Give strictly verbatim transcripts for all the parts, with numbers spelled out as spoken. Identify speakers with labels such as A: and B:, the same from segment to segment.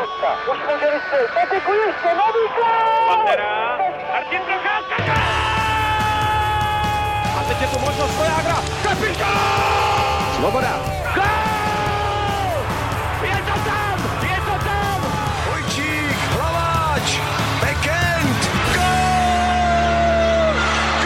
A: Procházka. Už může vystřelit. Patiku ještě, nový gól!
B: Pantera. Martin Procházka. A teď je tu možnost pro Jágra. Kapitán!
C: Svoboda.
B: Gól! Je to tam! Je to tam!
C: Vojčík, Hlaváč, Bekend, gól!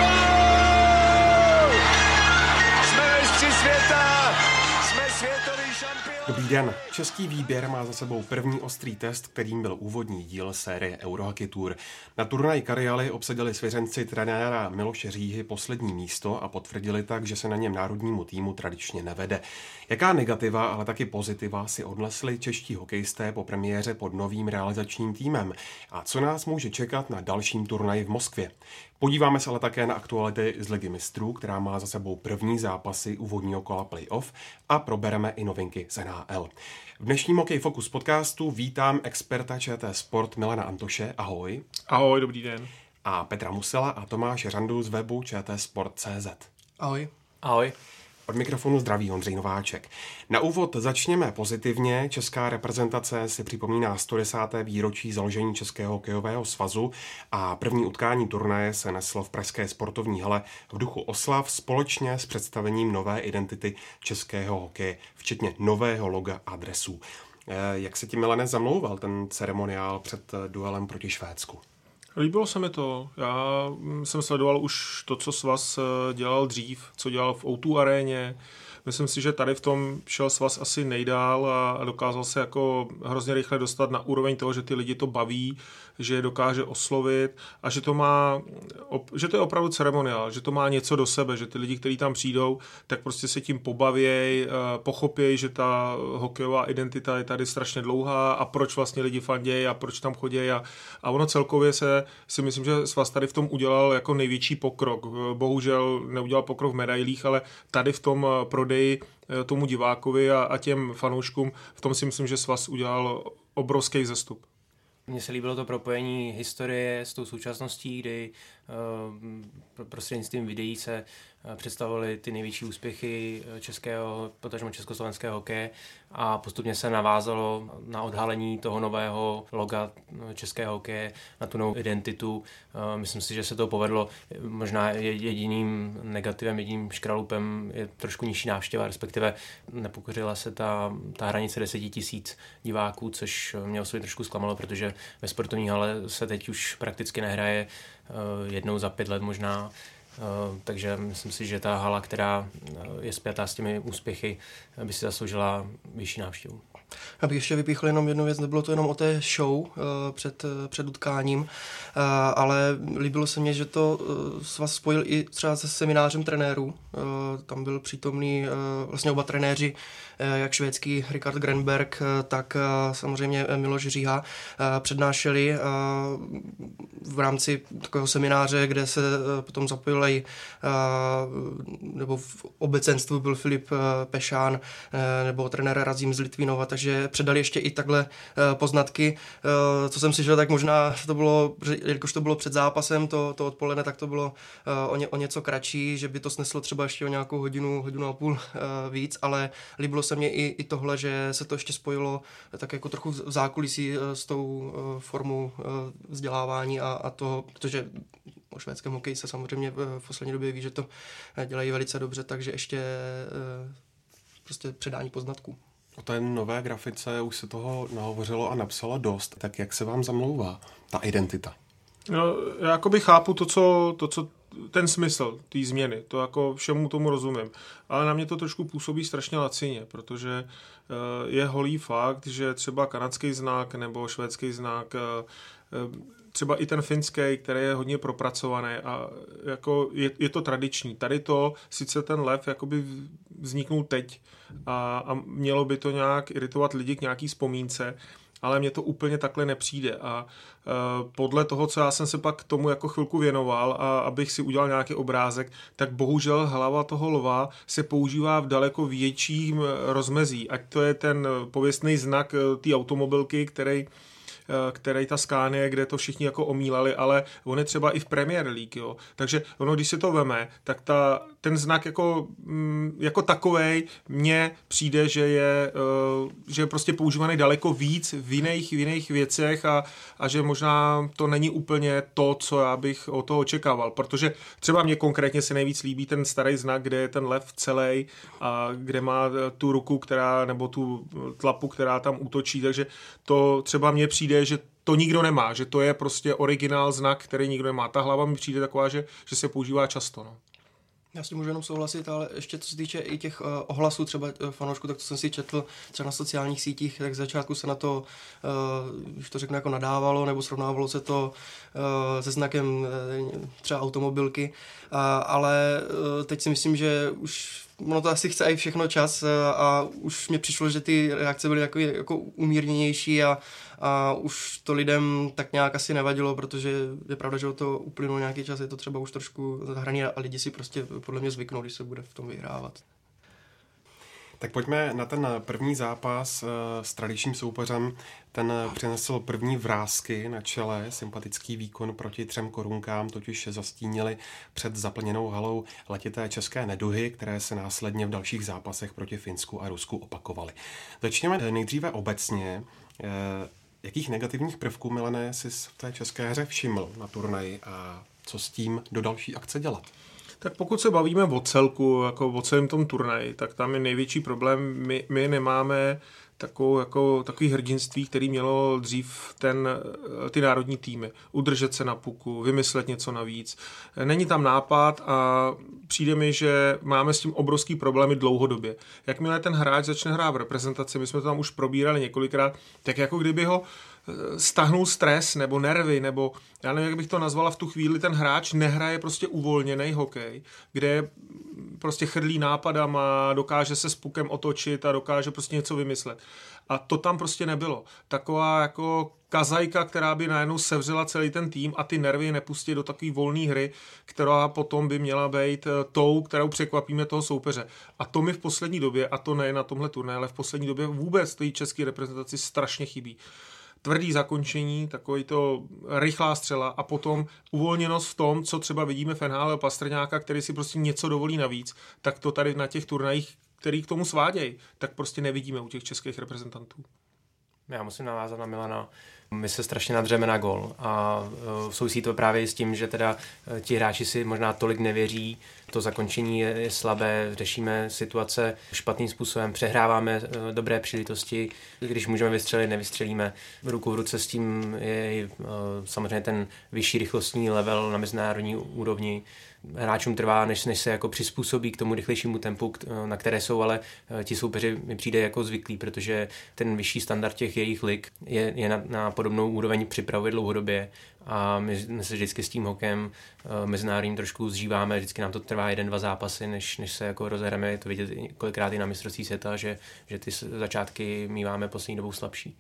C: Gól! Jsme mistři světa! Jsme světový šampion!
D: Dobrý den. Český výběr má za sebou první ostrý test, kterým byl úvodní díl série Eurohockey Tour. Na turnaji Karjaly obsadili svěřenci trenéra Miloše Říhy poslední místo a potvrdili tak, že se na něm národnímu týmu tradičně nevede. Jaká negativa, ale taky pozitiva si odnesli čeští hokejisté po premiéře pod novým realizačním týmem a co nás může čekat na dalším turnaji v Moskvě? Podíváme se ale také na aktuality z Ligy mistrů, která má za sebou první zápasy úvodního kola playoff a probereme i novinky z N H L. V dnešním Hokej Focus podcastu vítám experta ČT Sport Milana Antoše. Ahoj.
E: Ahoj, dobrý den.
D: A Petra Musela a Tomáše Řandu z webu čtsport tečka cé zet.
E: Ahoj.
B: Ahoj.
D: Od mikrofonu zdraví Ondřej Nováček. Na úvod začněme pozitivně. Česká reprezentace si připomíná sto desáté výročí založení Českého hokejového svazu a první utkání turnaje se neslo v pražské sportovní hale v duchu oslav společně s představením nové identity českého hokeje, včetně nového loga a dresů. Jak se ti, Milane, zamlouval ten ceremoniál před duelem proti Švédsku?
E: Líbilo se mi to. Já jsem sledoval už to, co svaz dělal dřív, co dělal v O dva aréně. Myslím si, že tady v tom šel svaz asi nejdál a dokázal se jako hrozně rychle dostat na úroveň toho, že ty lidi to baví, že je dokáže oslovit a že to má, že to je opravdu ceremoniál, že to má něco do sebe, že ty lidi, kteří tam přijdou, tak prostě se tím pobavěj, pochopěj, že ta hokejová identita je tady strašně dlouhá a proč vlastně lidi fandějí a proč tam chodí a, a ono celkově se si myslím, že svaz tady v tom udělal jako největší pokrok. Bohužel neudělal pokrok v medailích, ale tady v tom prodeji tomu divákovi a, a těm fanouškům, v tom si myslím, že svaz udělal obrovský vzestup.
F: Mně se líbilo to propojení historie s tou současností, kdy uh, prostřednictvím videí se uh, představovaly ty největší úspěchy českého, potažmo československého hokeje a postupně se navázalo na odhalení toho nového loga českého hokeje, na tu novou identitu. Uh, myslím si, že se to povedlo. Možná jediným negativem, jediným škralupem je trošku nižší návštěva, respektive nepokořila se ta, ta hranice deset tisíc diváků, což mě osobně trošku zklamalo, protože ve sportovní hale se teď už prakticky nehraje uh, jednou za pět let možná, uh, takže myslím si, že ta hala, která je spjatá s těmi úspěchy, by si zasloužila vyšší návštěvu.
G: Abych ještě vypíchl jenom jednu věc, nebylo to jenom o té show uh, před, před utkáním, uh, ale líbilo se mně, že to uh, svaz spojil i třeba se seminářem trenérů. Uh, tam byl přítomný uh, vlastně oba trenéři, uh, jak švédský Richard Grenberg, uh, tak uh, samozřejmě Miloš Říha, uh, přednášeli uh, v rámci takového semináře, kde se uh, potom zapojil i uh, nebo v obecenstvu byl Filip uh, Pešán uh, nebo trenér Razím z Litvínova, takže předali ještě i takhle uh, poznatky. Uh, co jsem si žil, tak možná to bylo, jelikož to bylo před zápasem, to, to odpoledne, tak to bylo uh, o, ně, o něco kratší, že by to sneslo třeba ještě o nějakou hodinu, hodinu a půl uh, víc, ale líbilo se mně i, i tohle, že se to ještě spojilo tak jako trochu v zákulisí uh, s tou uh, formou uh, vzdělávání a, a toho, protože o švédském hokeji se samozřejmě v poslední době ví, že to dělají velice dobře, takže ještě uh, prostě předání poznatků.
D: O té nové grafice už se toho nahovořilo a napsalo dost. Tak jak se vám zamlouvá ta identita?
E: No, já jakoby chápu to, co, to, co ten smysl té změny, to jako všemu tomu rozumím. Ale na mě to trošku působí strašně lacině, protože uh, je holý fakt, že třeba kanadský znak nebo švédský znak, uh, třeba i ten finský, který je hodně propracovaný a jako je, je to tradiční. Tady to, sice ten lev jakoby vzniknul teď a, a mělo by to nějak iritovat lidi k nějaký vzpomínce, ale mně to úplně takhle nepřijde a uh, podle toho, co já jsem se pak tomu jako chvilku věnoval a abych si udělal nějaký obrázek, tak bohužel hlava toho lva se používá v daleko větším rozmezí, ať to je ten pověstný znak té automobilky, který který ta Scania, kde to všichni jako omílali, ale on je třeba i v Premier League, jo. Takže ono, když si to veme, tak ta, ten znak jako, jako takovej mně přijde, že je, že je prostě používaný daleko víc v jiných, v jiných věcech a, a že možná to není úplně to, co já bych od toho očekával, protože třeba mě konkrétně se nejvíc líbí ten starý znak, kde je ten lev celý a kde má tu ruku, která, nebo tu tlapu, která tam útočí, takže to třeba mně přijde, že to nikdo nemá, že to je prostě originál znak, který nikdo nemá. Ta hlava mi přijde taková, že, že se používá často. No.
G: Já s tím můžu jenom souhlasit, ale ještě co se týče i těch uh, ohlasů třeba uh, fanoušků, tak to jsem si četl třeba na sociálních sítích, tak z začátku se na to, uh, už to řeknu, jako nadávalo, nebo srovnávalo se to uh, se znakem uh, třeba automobilky, uh, ale uh, teď si myslím, že už ono to asi chce i všechno čas a už mi přišlo, že ty reakce byly jako, jako umírněnější a, a už to lidem tak nějak asi nevadilo, protože je pravda, že o to uplynul nějaký čas, je to třeba už trošku zahraný a lidi si prostě podle mě zvyknou, když se bude v tom vyhrávat.
D: Tak pojďme na ten první zápas s tradičním soupeřem. Ten přinesl první vrásky na čele, sympatický výkon proti třem korunkám, totiž zastínili před zaplněnou halou letité české neduhy, které se následně v dalších zápasech proti Finsku a Rusku opakovaly. Začněme nejdříve obecně. Jakých negativních prvků, Milané, jsi v té české hře všiml na turnaji a co s tím do další akce dělat?
E: Tak pokud se bavíme o celku, jako o celém tom turnaji, tak tam je největší problém. My, my nemáme takovou, jako, takový hrdinství, který mělo dřív ten, ty národní týmy. Udržet se na puku, vymyslet něco navíc. Není tam nápad a přijde mi, že máme s tím obrovský problémy dlouhodobě. Jakmile ten hráč začne hrát v reprezentaci, my jsme to tam už probírali několikrát, tak jako kdyby ho stahnul stres nebo nervy, nebo já nevím, jak bych to nazvala, v tu chvíli ten hráč nehraje prostě uvolněnej hokej, kde prostě chrlí nápadama, dokáže se s pukem otočit a dokáže prostě něco vymyslet. A to tam prostě nebylo. Taková jako kazajka, která by najednou sevřela celý ten tým a ty nervy nepustit do takové volné hry, která potom by měla být tou, kterou překvapíme toho soupeře. A to mi v poslední době, a to ne na tomhle turnaji, ale v poslední době vůbec té české reprezentaci strašně chybí. Tvrdý zakončení, takový to rychlá střela a potom uvolněnost v tom, co třeba vidíme v N H L Pastrňáka, který si prostě něco dovolí navíc, tak to tady na těch turnajích, který k tomu svádějí, tak prostě nevidíme u těch českých reprezentantů.
F: Já musím navázat na Milana. My se strašně nadřeme na gól a uh, souvisí to právě s tím, že teda uh, ti hráči si možná tolik nevěří, to zakončení je, je slabé, řešíme situace špatným způsobem, přehráváme uh, dobré příležitosti, když můžeme vystřelit, nevystřelíme. Ruku v ruce s tím je uh, samozřejmě ten vyšší rychlostní level na mezinárodní úrovni. Hráčům trvá, než, než se jako přizpůsobí k tomu rychlejšímu tempu, na které jsou ale ti soupeři mi přijde jako zvyklí, protože ten vyšší standard těch jejich lig je, je na, na podobnou úroveň připravuje dlouhodobě a my, my se vždycky s tím hokejem mezinárodním trošku zžíváme, vždycky nám to trvá jeden, dva zápasy, než, než se jako rozhreme, je to vidět kolikrát i na mistrovství světa, že, že ty začátky míváme poslední dobou slabší.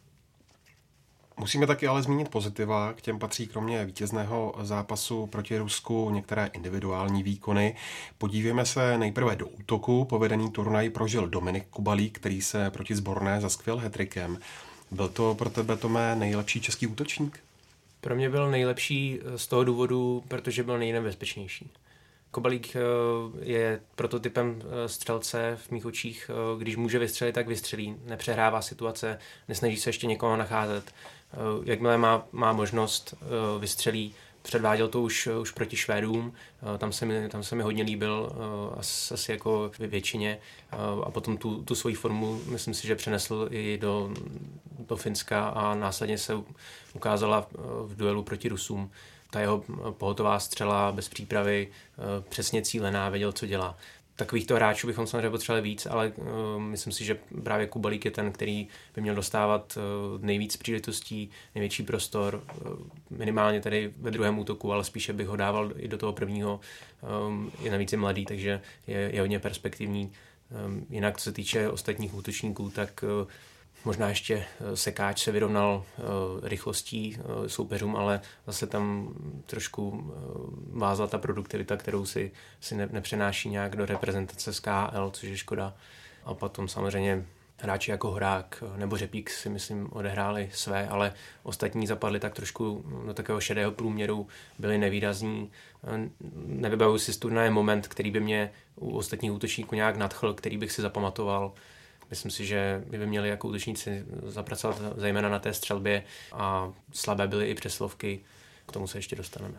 D: Musíme taky ale zmínit pozitiva, k těm patří kromě vítězného zápasu proti Rusku některé individuální výkony. Podívejme se nejprve do útoku. Povedený turnaj prožil Dominik Kubalík, který se proti sborné zaskvěl hat-trickem. Byl to pro tebe, Tome, nejlepší český útočník?
F: Pro mě byl nejlepší z toho důvodu, protože byl nejnebezpečnější. Kubalík je prototypem střelce v mých očích. Když může vystřelit, tak vystřelí. Nepřehrává situace, nesnaží se ještě někoho nacházet. Jakmile má, má možnost, vystřelí. Předváděl to už, už proti Švédům, tam se mi, tam se mi hodně líbil, asi, asi jako většině. A potom tu, tu svoji formu, myslím si, že přenesl i do, do Finska a následně se ukázala v duelu proti Rusům. Ta jeho pohotová střela bez přípravy, přesně cílená, věděl, co dělá. Takovýchto hráčů bychom samozřejmě potřebovali víc, ale uh, myslím si, že právě Kubalík je ten, který by měl dostávat uh, nejvíc příležitostí, největší prostor, uh, minimálně tady ve druhém útoku, ale spíše bych ho dával i do toho prvního. Um, je navíc je mladý, takže je, je hodně perspektivní. Um, jinak, co se týče ostatních útočníků, tak uh, možná ještě Sekáč se vyrovnal uh, rychlostí uh, soupeřům, ale zase tam trošku uh, vázla ta produktivita, kterou si, si ne, nepřenáší nějak do reprezentace z K H L, což je škoda. A potom samozřejmě hráči jako Horák nebo Řepík si myslím odehráli své, ale ostatní zapadli tak trošku do takového šedého průměru, byli nevýrazní. Nevybavuji si z turnaje moment, který by mě u ostatních útočníků nějak nadchl, který bych si zapamatoval. Myslím si, že by měli jako útočníci zapracovat zejména na té střelbě a slabé byly i přesilovky. K tomu se ještě dostaneme.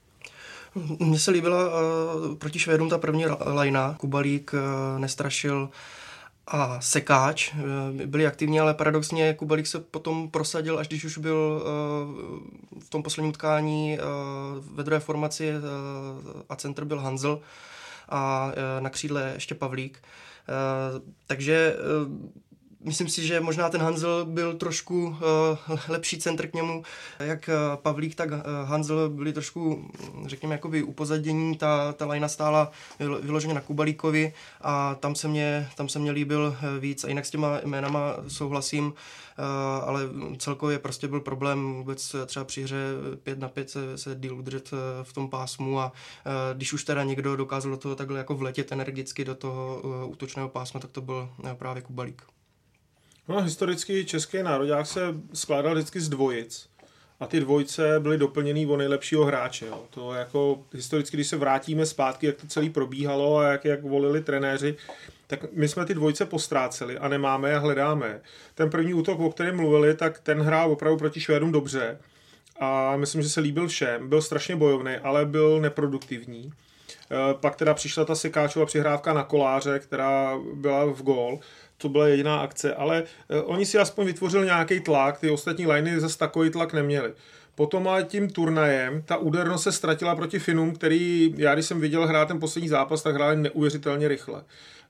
G: Mně se líbila uh, proti Švédům ta první lajna. Kubalík, uh, Nestrašil a Sekáč byli aktivní, ale paradoxně Kubalík se potom prosadil, až když už byl uh, v tom posledním utkání uh, ve druhé formaci uh, a centr byl Hanzl a uh, na křídle ještě Pavlík. Uh, takže uh, myslím si, že možná ten Hanzl byl trošku uh, lepší centr k němu, jak uh, Pavlík, tak uh, Hanzl byli trošku, řekněme, jakoby upozadění, ta, ta lajna stála vyloženě na Kubalíkovi a tam se mě, tam se mě líbil víc a jinak s těma jménama souhlasím, uh, ale celkově prostě byl problém vůbec třeba při hře pět na pět se, se díl udržet uh, v tom pásmu a uh, když už teda někdo dokázal do toho takhle jako vletět energicky do toho uh, útočného pásma, tak to byl uh, právě Kubalík.
E: No, historicky český nároďák se skládal vždycky z dvojic a ty dvojice byly doplněný o nejlepšího hráče. Jo. To jako historicky, když se vrátíme zpátky, jak to celé probíhalo a jak, jak volili trenéři, tak my jsme ty dvojice postráceli a nemáme a hledáme. Ten první útok, o kterém mluvili, tak ten hrál opravdu proti Švédům dobře a myslím, že se líbil všem. Byl strašně bojovný, ale byl neproduktivní. Pak teda přišla ta Sekáčova přihrávka na Koláře, která byla v gól. To byla jediná akce, ale oni si aspoň vytvořili nějaký tlak, ty ostatní liny zase takový tlak neměli. Potom ale tím turnajem ta údernost se ztratila proti Finům, který, já když jsem viděl hrát ten poslední zápas, tak hráli neuvěřitelně rychle.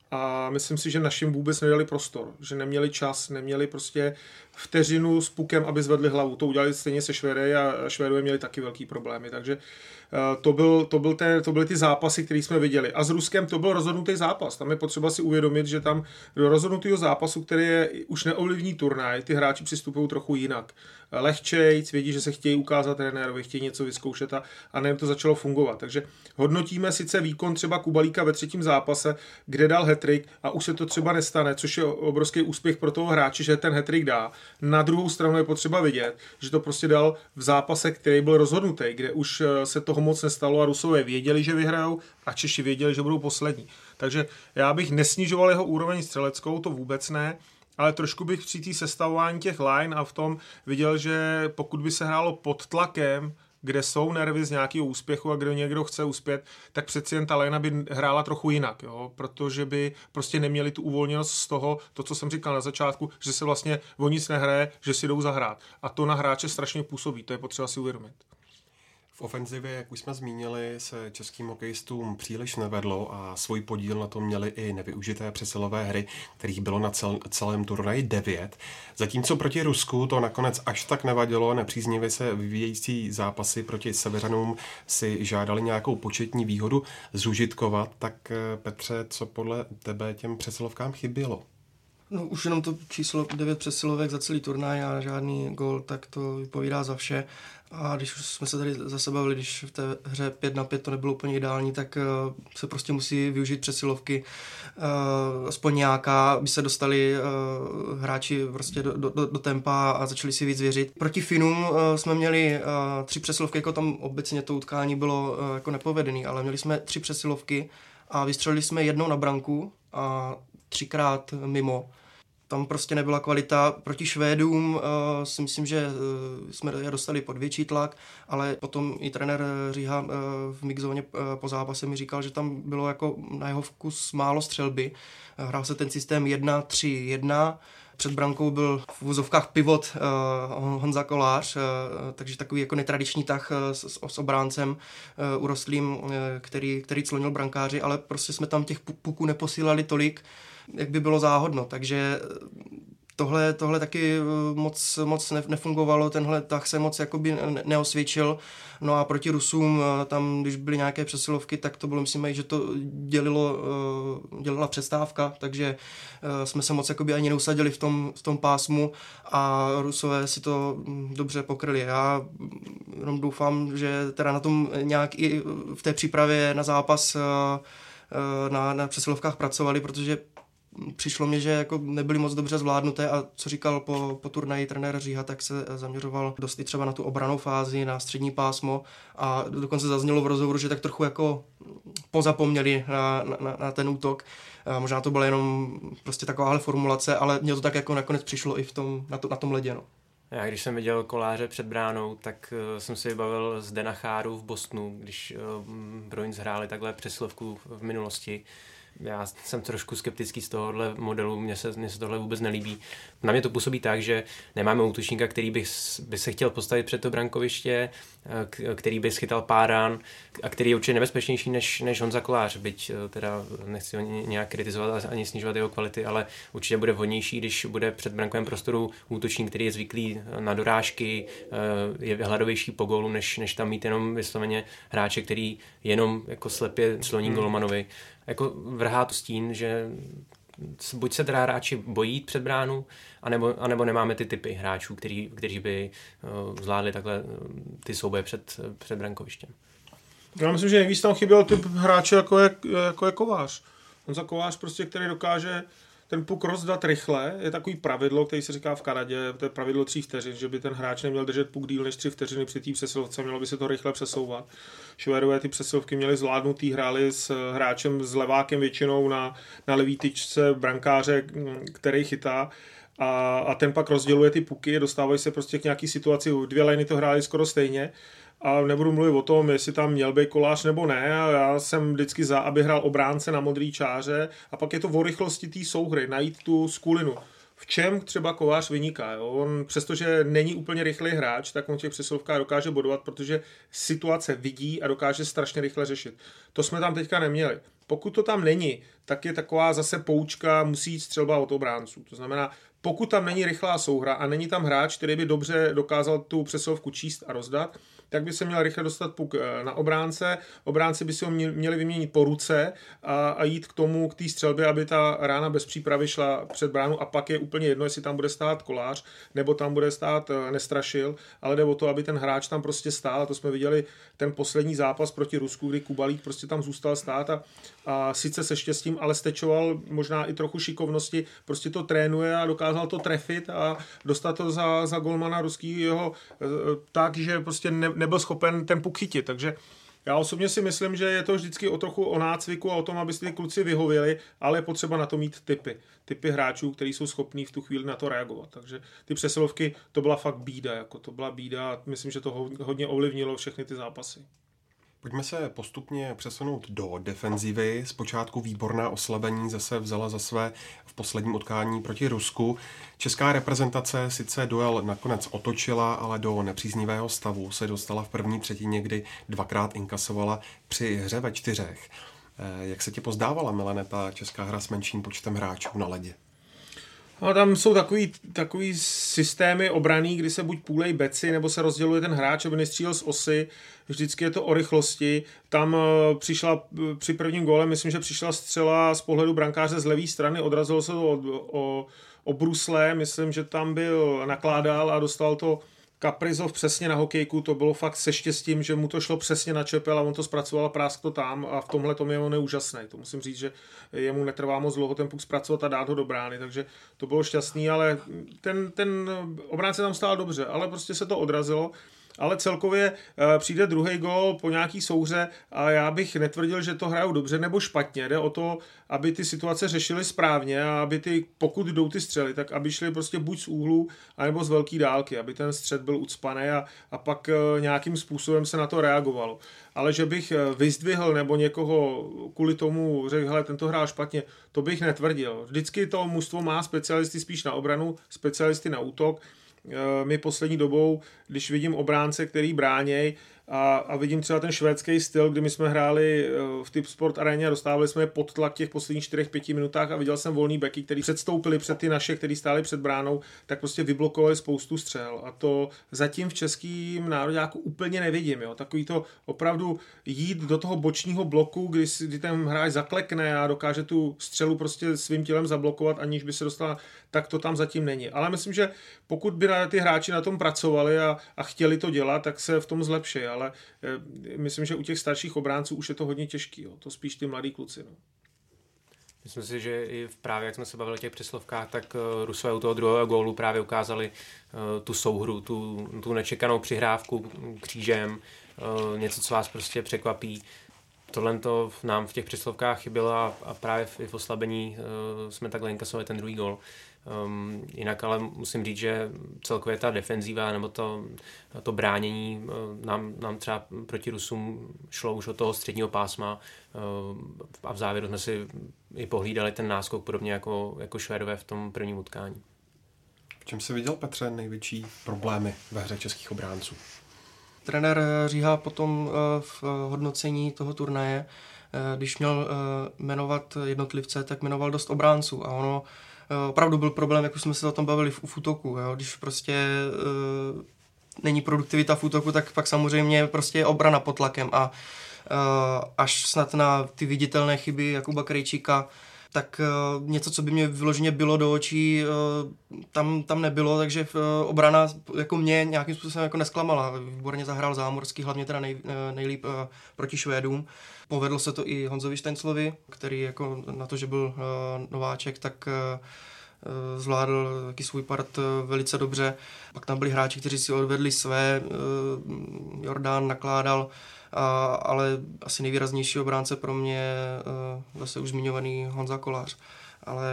E: A myslím si, že našim vůbec nedali prostor, že neměli čas, neměli prostě vteřinu s pukem, aby zvedli hlavu. To udělali stejně se Švédy a Švédové měli taky velký problémy, takže to, byl, to, byl té, to byly ty zápasy, které jsme viděli. A s Ruskem to byl rozhodnutý zápas. Tam je potřeba si uvědomit, že tam do rozhodnutého zápasu, který je už neovlivní turnaj, ty hráči přistupují trochu jinak. Lehčejc, vědí, že se chtějí ukázat trenérovi, chtějí něco vyzkoušet a, a nevím, to začalo fungovat. Takže hodnotíme sice výkon třeba Kubalíka ve třetím zápase, kde dal hat-trick a už se to třeba nestane, což je obrovský úspěch pro toho hráče, že ten hat-trick dá. Na druhou stranu je potřeba vidět, že to prostě dal v zápase, který byl rozhodnutý, kde už se toho moc nestalo a Rusové věděli, že vyhrajou a Češi věděli, že budou poslední. Takže já bych nesnižoval jeho úroveň střeleckou, to vůbec ne, ale trošku bych při té sestavování těch line a v tom viděl, že pokud by se hrálo pod tlakem, kde jsou nervy z nějakého úspěchu a kde někdo chce uspět, tak přeci jen ta linea by hrála trochu jinak, jo? Protože by prostě neměli tu uvolněnost z toho, to, co jsem říkal na začátku, že se vlastně o nic nehraje, že si jdou zahrát. A to na hráče strašně působí, to je potřeba si uvědomit.
D: V ofenzivě, jak už jsme zmínili, se českým hokejistům příliš nevedlo a svůj podíl na tom měli i nevyužité přesilové hry, kterých bylo na cel, celém turnaji devět. Zatímco proti Rusku to nakonec až tak nevadilo, nepříznivě se vyvíjející zápasy proti Severanům si žádali nějakou početní výhodu zužitkovat. Tak Petře, co podle tebe těm přesilovkám chybělo?
G: No, už jenom to číslo devět přesilovek za celý turnaj a žádný gól, tak to vypovídá za vše. A když už jsme se tady zase bavili, když v té hře pět na pět to nebylo úplně ideální, tak uh, se prostě musí využít přesilovky. Uh, aspoň nějaká, aby se dostali uh, hráči prostě do, do, do tempa a začali si víc věřit. Proti Finům uh, jsme měli uh, tři přesilovky, jako tam obecně to utkání bylo uh, jako nepovedený, ale měli jsme tři přesilovky a vystřelili jsme jednou na branku a třikrát mimo. Tam prostě nebyla kvalita. Proti Švédům uh, si myslím, že uh, jsme je dostali pod větší tlak, ale potom i trenér Říha uh, v mixzóně uh, po zápase mi říkal, že tam bylo jako na jeho vkus málo střelby. Uh, hrál se ten systém jedna tři jedna. Před brankou byl v vozovkách pivot uh, Honza Kolář, uh, takže takový jako netradiční tah uh, s, s obráncem uh, urostlým, uh, který, který clonil brankáři, ale prostě jsme tam těch puků neposílali tolik, jak by bylo záhodno, takže tohle, tohle taky moc, moc nefungovalo, tenhle tah se moc jakoby neosvědčil. No a proti Rusům, tam, když byly nějaké přesilovky, tak to bylo, myslím, že to dělilo, dělila přestávka, takže jsme se moc jakoby ani neusadili v tom, v tom pásmu a Rusové si to dobře pokryli. Já jenom doufám, že teda na tom nějak i v té přípravě na zápas na, na přesilovkách pracovali, protože přišlo mě, že jako nebyly moc dobře zvládnuté a co říkal po, po turnaji trenér Říha, tak se zaměřoval dost i třeba na tu obranou fázi, na střední pásmo a dokonce zaznělo v rozhovoru, že tak trochu jako pozapomněli na, na, na ten útok. A možná to byla jenom prostě takováhle formulace, ale mně to tak jako nakonec přišlo i v tom, na, to, na tom ledě. No.
F: Já když jsem viděl Koláře před bránou, tak uh, jsem si vybavil z Dana Cháru v Bostonu, když uh, Bruins hráli takhle přesilovku v minulosti. Já jsem trošku skeptický z tohohle modelu, mně se, mně se tohle vůbec nelíbí. Na mě to působí tak, že nemáme útočníka, který by, by se chtěl postavit před to brankoviště, který by schytal pár rán a který je určitě nebezpečnější než, než Honza Kolář, byť teda nechci ho nějak kritizovat ani snižovat jeho kvality, ale určitě bude vhodnější, když bude před brankovém prostoru útočník, který je zvyklý na dorážky, je hladovější po gólu, než, než tam mít jenom vysloveně hráče, který jenom jako slepě sloní hmm. golmanovi. Jako vrhá to stín, že buď se teda hráči bojí před bránu, anebo, anebo nemáme ty typy hráčů, který, kteří by uh, zvládli takhle ty souboje před, před brankovištěm.
E: Já myslím, že nejvíc tam chyběl typ hráče jako je, jako je Kovář. On za Kovář prostě, který dokáže ten puk rozdat rychle, je takový pravidlo, který se říká v Kanadě, to je pravidlo tří vteřin, že by ten hráč neměl držet puk díl než tři vteřiny při té přesilovce, mělo by se to rychle přesouvat. Švédové ty přesilovky měli zvládnutý, hráli s hráčem s levákem většinou na, na levý tyčce brankáře, který chytá. A, a ten pak rozděluje ty puky, dostávají se prostě k nějaký situaci, dvě liny to hráli skoro stejně. A nebudu mluvit o tom, jestli tam měl být Kolář nebo ne. A já jsem vždycky za, aby hrál obránce na modrý čáře. A pak je to o rychlosti té souhry, najít tu skulinu. V čem třeba Kovář vyniká? Jo? On přestože není úplně rychlý hráč, tak on těch přesilovkách dokáže bodovat, protože situace vidí a dokáže strašně rychle řešit. To jsme tam teďka neměli. Pokud to tam není, tak je taková zase poučka, musí jít střelba od obránců. To znamená, pokud tam není rychlá souhra a není tam hráč, který by dobře dokázal tu přesilovku číst a rozdat, tak by se měl rychle dostat puk na obránce. Obránci by si ho měli vyměnit po ruce a, a jít k tomu, k té střelbě, aby ta rána bez přípravy šla před bránu a pak je úplně jedno, jestli tam bude stát Kolář, nebo tam bude stát Nestrašil, ale jde o to, aby ten hráč tam prostě stál. A to jsme viděli ten poslední zápas proti Rusku, kdy Kubalík prostě tam zůstal stát a, a sice se štěstím, ale stečoval možná i trochu šikovnosti, prostě to trénuje a dokázal to trefit a dostat to za, za golmana ruskýho tak, že prostě ne, nebyl schopen ten puk chytit, takže já osobně si myslím, že je to vždycky o trochu o nácviku a o tom, aby si ty kluci vyhověli, ale je potřeba na to mít typy. Typy hráčů, kteří jsou schopní v tu chvíli na to reagovat. Takže ty přesilovky, to byla fakt bída, jako to byla bída a myslím, že to hodně ovlivnilo všechny ty zápasy.
D: Pojďme se postupně přesunout do defenzivy. Zpočátku výborná oslabení zase vzala za své v posledním utkání proti Rusku. Česká reprezentace sice duel nakonec otočila, ale do nepříznivého stavu se dostala v první třetině, kdy dvakrát inkasovala při hře ve čtyřech. Jak se ti pozdávala, Milane, ta česká hra s menším počtem hráčů na ledě?
E: No, tam jsou takový, takový systémy obraný, kdy se buď půlej beci, nebo se rozděluje ten hráč, aby nestřílel z osy. Vždycky je to o rychlosti. Tam přišla při prvním góle, myslím, že přišla střela z pohledu brankáře z levé strany, odrazilo se to o, o, o brusle, myslím, že tam byl nakládal a dostal to Kaprizov přesně na hokejku, to bylo fakt se štěstím, že mu to šlo přesně na čepel a on to zpracoval a prásk to tam a v tomhle tom je on neúžasný. To musím říct, že jemu netrvá moc dlouho ten puk zpracovat a dát ho do brány, takže to bylo šťastný, ale ten, ten obránce tam stál dobře, ale prostě se to odrazilo. Ale celkově e, přijde druhý gól po nějaký souhře a já bych netvrdil, že to hrajou dobře nebo špatně. Jde o to, aby ty situace řešily správně a aby ty, pokud jdou ty střely, tak aby šly prostě buď z úhlu, anebo z velké dálky, aby ten střed byl ucpaný a, a pak e, nějakým způsobem se na to reagovalo. Ale že bych vyzdvihl nebo někoho kvůli tomu řekl, hele, tento hrál špatně, to bych netvrdil. Vždycky to mužstvo má specialisty spíš na obranu, specialisty na útok. My poslední dobou, když vidím obránce, který bráněj a, a vidím třeba ten švédský styl, kdy my jsme hráli v Typ Sport aréně a dostávali jsme je pod tlak těch posledních čtyřech pěti minutách a viděl jsem volný beky, který předstoupili před ty naše, který stáli před bránou, tak prostě vyblokovali spoustu střel a to zatím v českým nároďáku úplně nevidím. Jo. Takový to opravdu jít do toho bočního bloku, kdy, kdy ten hráč zaklekne a dokáže tu střelu prostě svým tělem zablokovat, aniž by se dostala, tak to tam zatím není. Ale myslím, že pokud by ty hráči na tom pracovali a, a chtěli to dělat, tak se v tom zlepší, ale e, myslím, že u těch starších obránců už je to hodně těžký, jo. To spíš ty mladí kluci. No.
F: Myslím si, že i v právě, jak jsme se bavili o těch přeslovkách, tak Rusové u toho druhého gólu právě ukázali tu souhru, tu, tu nečekanou přihrávku křížem, něco, co vás prostě překvapí. Tohle to nám v těch přeslovkách chybělo a, a právě v, v oslabení jsme takhle inkasovali ten druhý gól. Um, jinak ale musím říct, že celkově ta defenzíva nebo to, to bránění uh, nám, nám třeba proti Rusům šlo už od toho středního pásma uh, a v závěru jsme si i pohlídali ten náskok podobně jako, jako Švédové v tom prvním utkání.
D: V čem jsi viděl, Petře, největší problémy ve hře českých obránců?
G: Trenér Říha potom v hodnocení toho turnaje, když měl jmenovat jednotlivce, tak jmenoval dost obránců a ono opravdu byl problém, jak už jsme se o tom bavili v útoku. Jo? Když prostě e, není produktivita v útoku, tak pak samozřejmě prostě je obrana pod tlakem a e, až snad na ty viditelné chyby Jakuba Krejčíka, tak e, něco, co by mě vyloženě bylo do očí, e, tam, tam nebylo, takže e, obrana jako mě nějakým způsobem jako nesklamala. Výborně zahrál Zámorský, hlavně teda nej, nejlíp e, proti Švédům. Povedlo se to i Honzovi Štenclovi, který jako na to, že byl e, nováček, tak e, zvládl taky svůj part velice dobře. Pak tam byli hráči, kteří si odvedli své, Jordán nakládal, a, ale asi nejvýraznější obránce pro mě zase už zmiňovaný Honza Kolář. Ale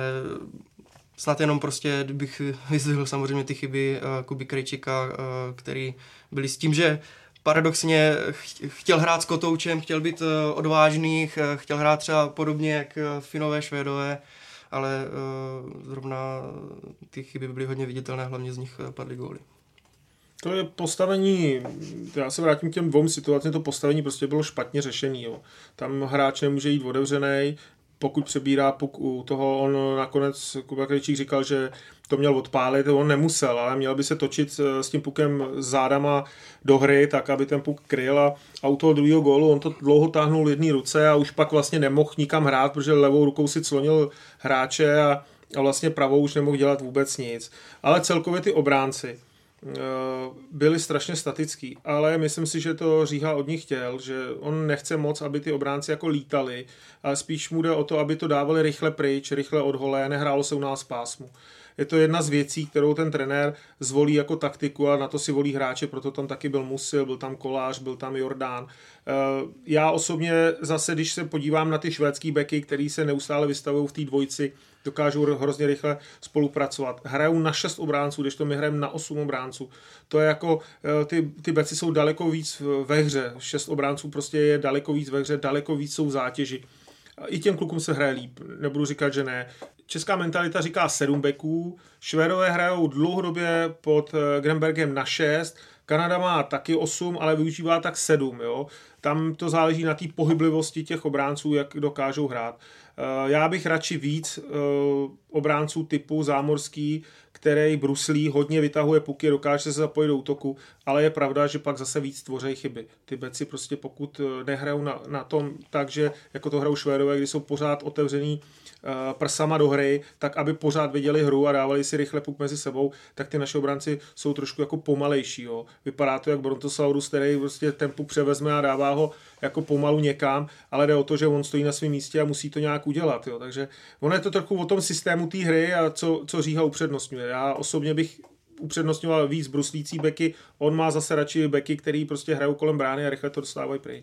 G: snad jenom prostě, kdybych vyzdvihl samozřejmě ty chyby Kuby Krejčíka, který byli s tím, že paradoxně chtěl hrát s kotoučem, chtěl být odvážný, chtěl hrát třeba podobně jak Finové, Švédové, ale uh, zrovna ty chyby byly hodně viditelné, hlavně z nich padly góly.
E: To je postavení, já se vrátím k těm dvou situacím, to postavení prostě bylo špatně řešený. Jo. Tam hráč nemůže jít otevřenej, pokud přebírá puk u toho, on nakonec, Kuba Krejčík říkal, že to měl odpálit, on nemusel, ale měl by se točit s tím pukem zádama do hry, tak aby ten puk kryl a, a u toho druhého gólu on to dlouho táhnul jedné ruce a už pak vlastně nemohl nikam hrát, protože levou rukou si clonil hráče a, a vlastně pravou už nemohl dělat vůbec nic. Ale celkově ty obránci byli strašně statický, ale myslím si, že to Říha od nich chtěl, že on nechce moc, aby ty obránci jako lítali, ale spíš mu jde o to, aby to dávali rychle pryč, rychle od hole, nehrálo se u nás pásmu. Je to jedna z věcí, kterou ten trenér zvolí jako taktiku a na to si volí hráče, proto tam taky byl Musil, byl tam Kolář, byl tam Jordán. Já osobně zase, když se podívám na ty švédský beky, který se neustále vystavují v té dvojici, dokážou hrozně rychle spolupracovat. Hrajou na šest obránců, když to my hrajeme na osm obránců. To je jako, ty, ty beci jsou daleko víc ve hře. Šest obránců prostě je daleko víc ve hře, daleko víc jsou v zátěži. I těm klukům se hraje líp, nebudu říkat, že ne. Česká mentalita říká sedm beků, Švédové hrajou dlouhodobě pod Grenbergem na šest, Kanada má taky osm, ale využívá tak sedm. Jo? Tam to záleží na té pohyblivosti těch obránců, jak dokážou hrát. Já bych radši víc obránců typu Zámorský, který bruslí, hodně vytahuje puky, dokáže se zapojit do útoku, ale je pravda, že pak zase víc tvoří chyby. Ty beci prostě pokud nehrajou na, na tom tak, že jako to hrajou Švédové, kdy jsou pořád otevřený uh, prsama do hry, tak aby pořád viděli hru a dávali si rychle puk mezi sebou, tak ty naše obránci jsou trošku jako pomalejší. Jo. Vypadá to jak Brontosaurus, který prostě ten puk převezme a dává ho jako pomalu někam, ale jde o to, že on stojí na svém místě a musí to nějak udělat. Jo. Takže ono je to trochu o tom systému té hry a co, co Říha upřednostňuje. Já osobně bych upřednostňoval víc bruslící beky, on má zase radši beky, který prostě hrajou kolem brány a rychle to dostávají pryč.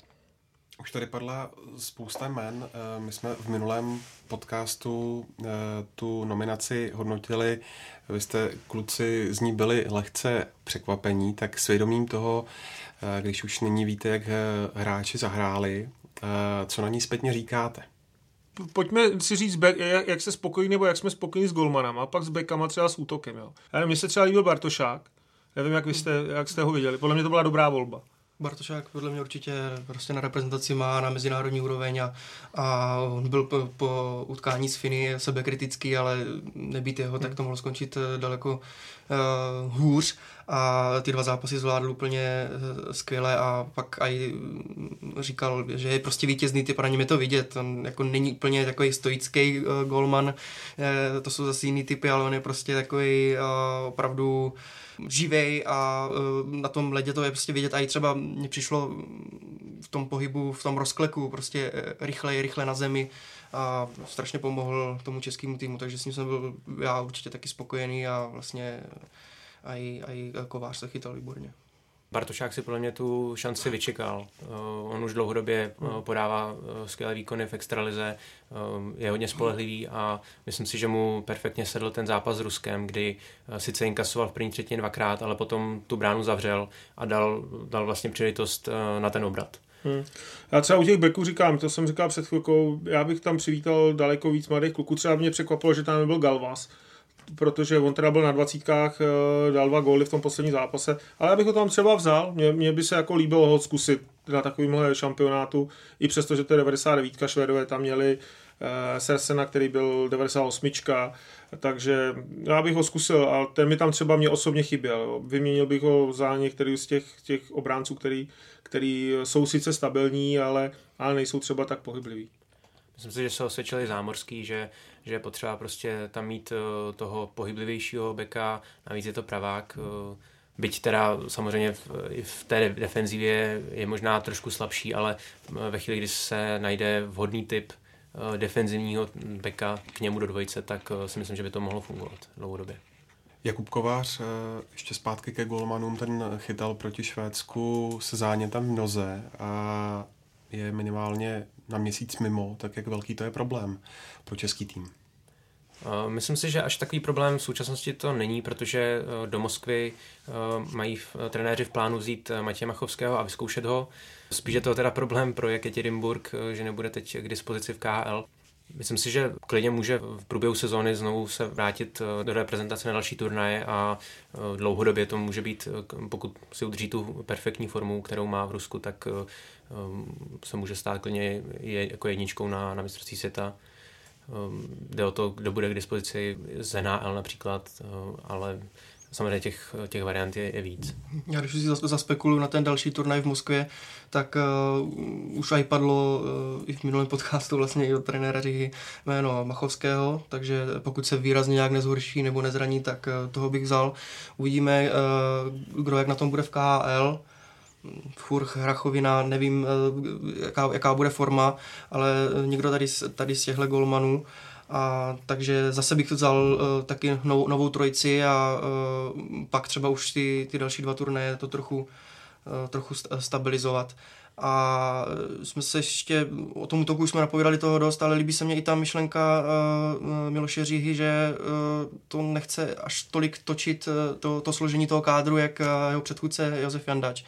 D: Už tady padla spousta jmen. My jsme v minulém podcastu tu nominaci hodnotili. Vy jste, kluci, z ní byli lehce překvapení, tak svědomím toho, když už nyní víte, jak hráči zahráli, co na ní zpětně říkáte?
E: Pojďme si říct, jak se spokojení nebo jak jsme spokojení s golmanama, a pak s bekama třeba s útokem. Jo. Mně se třeba líbil Bartošák, nevím, jak, vy jste, jak jste ho viděli, podle mě to byla dobrá volba.
G: Bartošák podle mě určitě prostě na reprezentaci má na mezinárodní úroveň a, a on byl po, po utkání s Finy sebekritický, ale nebýt jeho, tak to mohlo skončit daleko uh, hůř a ty dva zápasy zvládl úplně uh, skvěle a pak i říkal, že je prostě vítězný typ a na něm je to vidět. On jako není úplně takový stoický uh, golman, uh, to jsou zase jiný typy, ale on je prostě takový uh, opravdu živej a uh, na tom ledě to je prostě vidět. A i třeba mně přišlo v tom pohybu, v tom rozkleku, prostě rychle, rychle na zemi a strašně pomohl tomu českému týmu, takže s ním jsem byl já určitě taky spokojený a vlastně aj, aj Kovář se chytal výborně.
F: Bartošák si podle mě tu šanci vyčekal. On už dlouhodobě podává skvělé výkony v extralize, je hodně spolehlivý a myslím si, že mu perfektně sedl ten zápas s Ruskem, kdy sice inkasoval v první třetině dvakrát, ale potom tu bránu zavřel a dal, dal vlastně příležitost na ten obrat.
E: Hmm. Já třeba u těch beků říkám, to jsem říkal před chvilkou, já bych tam přivítal daleko víc mladých kluků. Třeba mě překvapilo, že tam nebyl Galvas, protože on teda byl na dvacítkách, dal dva góly v tom posledním zápase, ale já bych ho tam třeba vzal, mě, mě by se jako líbilo ho zkusit na takovýmhle šampionátu, i přesto, že to je devadesát devět, Švédové tam měli uh, Sersena, který byl devadesát osm, takže já bych ho zkusil, ale ten mi tam třeba mě osobně chyběl, jo. Vyměnil bych ho za některý z těch, těch obránců, který, který jsou sice stabilní, ale, ale nejsou třeba tak pohybliví.
F: Myslím si, že se osvědčili Zámorský, že, že je potřeba prostě tam mít uh, toho pohyblivějšího beka, navíc je to pravák, uh, byť teda samozřejmě v, i v té defenzivě je možná trošku slabší, ale ve chvíli, kdy se najde vhodný typ uh, defenzivního beka k němu do dvojice, tak uh, si myslím, že by to mohlo fungovat dlouhodobě.
D: Jakub Kovář, ještě zpátky ke golmanům, ten chytal proti Švédsku se zánětem v noze a je minimálně na měsíc mimo, tak jak velký to je problém pro český tým?
F: Myslím si, že až takový problém v současnosti to není, protože do Moskvy mají trenéři v plánu vzít Matěje Machovského a vyzkoušet ho. Spíš je to teda problém pro Jekaterinburg, že nebude teď k dispozici v K H L. Myslím si, že klidně může v průběhu sezóny znovu se vrátit do reprezentace na další turnaje a dlouhodobě to může být, pokud si udrží tu perfektní formu, kterou má v Rusku, tak se může stát klidně jako jedničkou na, na mistrovství světa. Jde o to, kdo bude k dispozici z N H L například, ale samozřejmě těch, těch variant je, je víc.
G: Já když si zaspekuluju na ten další turnaj v Moskvě, tak uh, už aj padlo uh, i v minulém podcastu vlastně i od trenéra Říhy jméno Machovského, takže pokud se výrazně nějak nezhorší nebo nezraní, tak uh, toho bych vzal. Uvidíme, uh, kdo jak na tom bude v K H L. Furch, Hrachovina, nevím, uh, jaká, jaká bude forma, ale někdo tady, tady z těchto golmanů. A takže zase bych vzal uh, taky novou, novou trojici a uh, pak třeba už ty, ty další dva turnaje to trochu, uh, trochu stabilizovat. A jsme se ještě, o tom útoku už jsme napovídali toho dost, ale líbí se mně i ta myšlenka uh, Miloše Říhy, že uh, to nechce až tolik točit uh, to, to složení toho kádru, jak uh, jeho předchůdce Josef Jandač.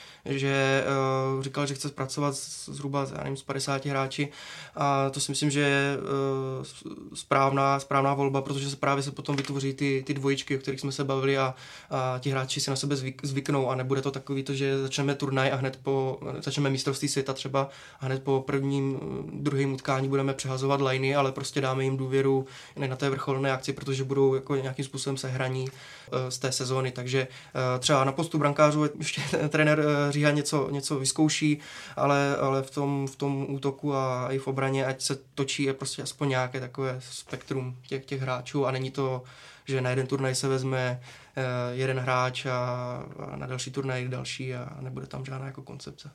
G: Že uh, říkal, že chce pracovat zhruba já nevím, s padesáti hráči a to si myslím, že je uh, správná, správná volba, protože se právě se potom vytvoří ty, ty dvojičky, o kterých jsme se bavili a, a ti hráči si na sebe zvyk, zvyknou a nebude to takový to, že začneme turnaj a hned po, začneme mistrovství světa třeba a hned po prvním, druhém utkání budeme přehazovat liny, ale prostě dáme jim důvěru na té vrcholné akci, protože budou jako nějakým způsobem sehraní uh, z té sezóny, takže uh, třeba na postu brankářů ještě trenér uh, Říha něco, něco vyzkouší, ale, ale v, tom, v tom útoku a i v obraně, ať se točí je prostě aspoň nějaké takové spektrum těch, těch hráčů a není to, že na jeden turnaj se vezme eh, jeden hráč a, a na další turnaj další a nebude tam žádná jako koncepce.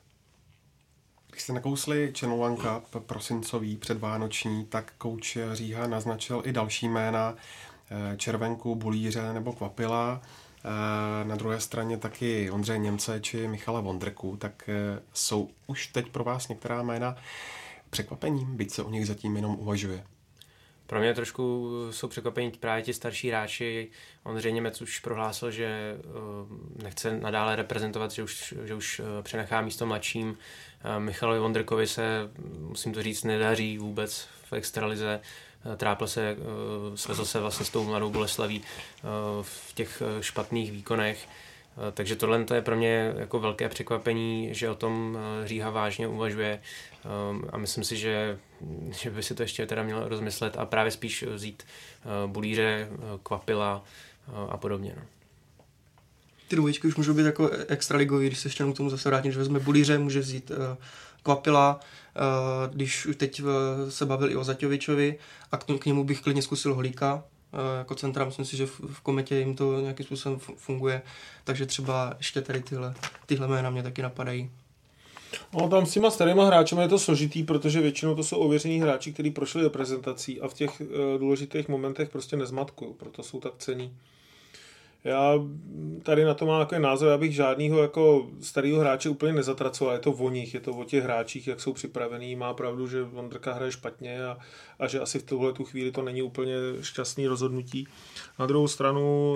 D: Když jste nakousli Channel One Cup prosincový předvánoční, tak kouč Říha naznačil i další jména, eh, Červenku, Bulíře nebo Kvapila. Na druhé straně taky Ondřeje Němce či Michala Vondrku, tak jsou už teď pro vás některá jména překvapením, byť se o nich zatím jenom uvažuje?
F: Pro mě trošku jsou překvapení právě ti starší hráči. Ondřej Němec už prohlásil, že nechce nadále reprezentovat, že už, že už přenechá místo mladším. Michalovi Vondrkovi se, musím to říct, nedaří vůbec v extralize. Trápil se, svezl se vlastně s tou Mladou Boleslaví v těch špatných výkonech. Takže tohle je pro mě jako velké překvapení, že o tom Říha vážně uvažuje a myslím si, že, že by si to ještě teda měl rozmyslet a právě spíš vzít Bulíře, Kvapila a podobně. No.
G: Ty dvojičky už můžou být jako extraligový, když se ještě k tomu zase vrátím, že vezme Bulíře, může vzít Kvapila, když teď se bavil i o Zaťovičovi a k němu bych klidně zkusil Holíka jako centra, myslím si, že v Kometě jim to nějakým způsobem funguje, takže třeba ještě tady tyhle, tyhle jména mě taky napadají.
E: No, tam s těma starýma hráči je to složitý, protože většinou to jsou ověření hráči, kteří prošli reprezentací a v těch uh, důležitých momentech prostě nezmatkují, proto jsou tak cenní. Já tady na to mám takový názor, já bych žádnýho jako starého hráče úplně nezatracoval, je to o nich, je to o těch hráčích, jak jsou připravení, má pravdu, že Vondrka hraje špatně a, a že asi v tuhle tu chvíli to není úplně šťastný rozhodnutí. Na druhou stranu,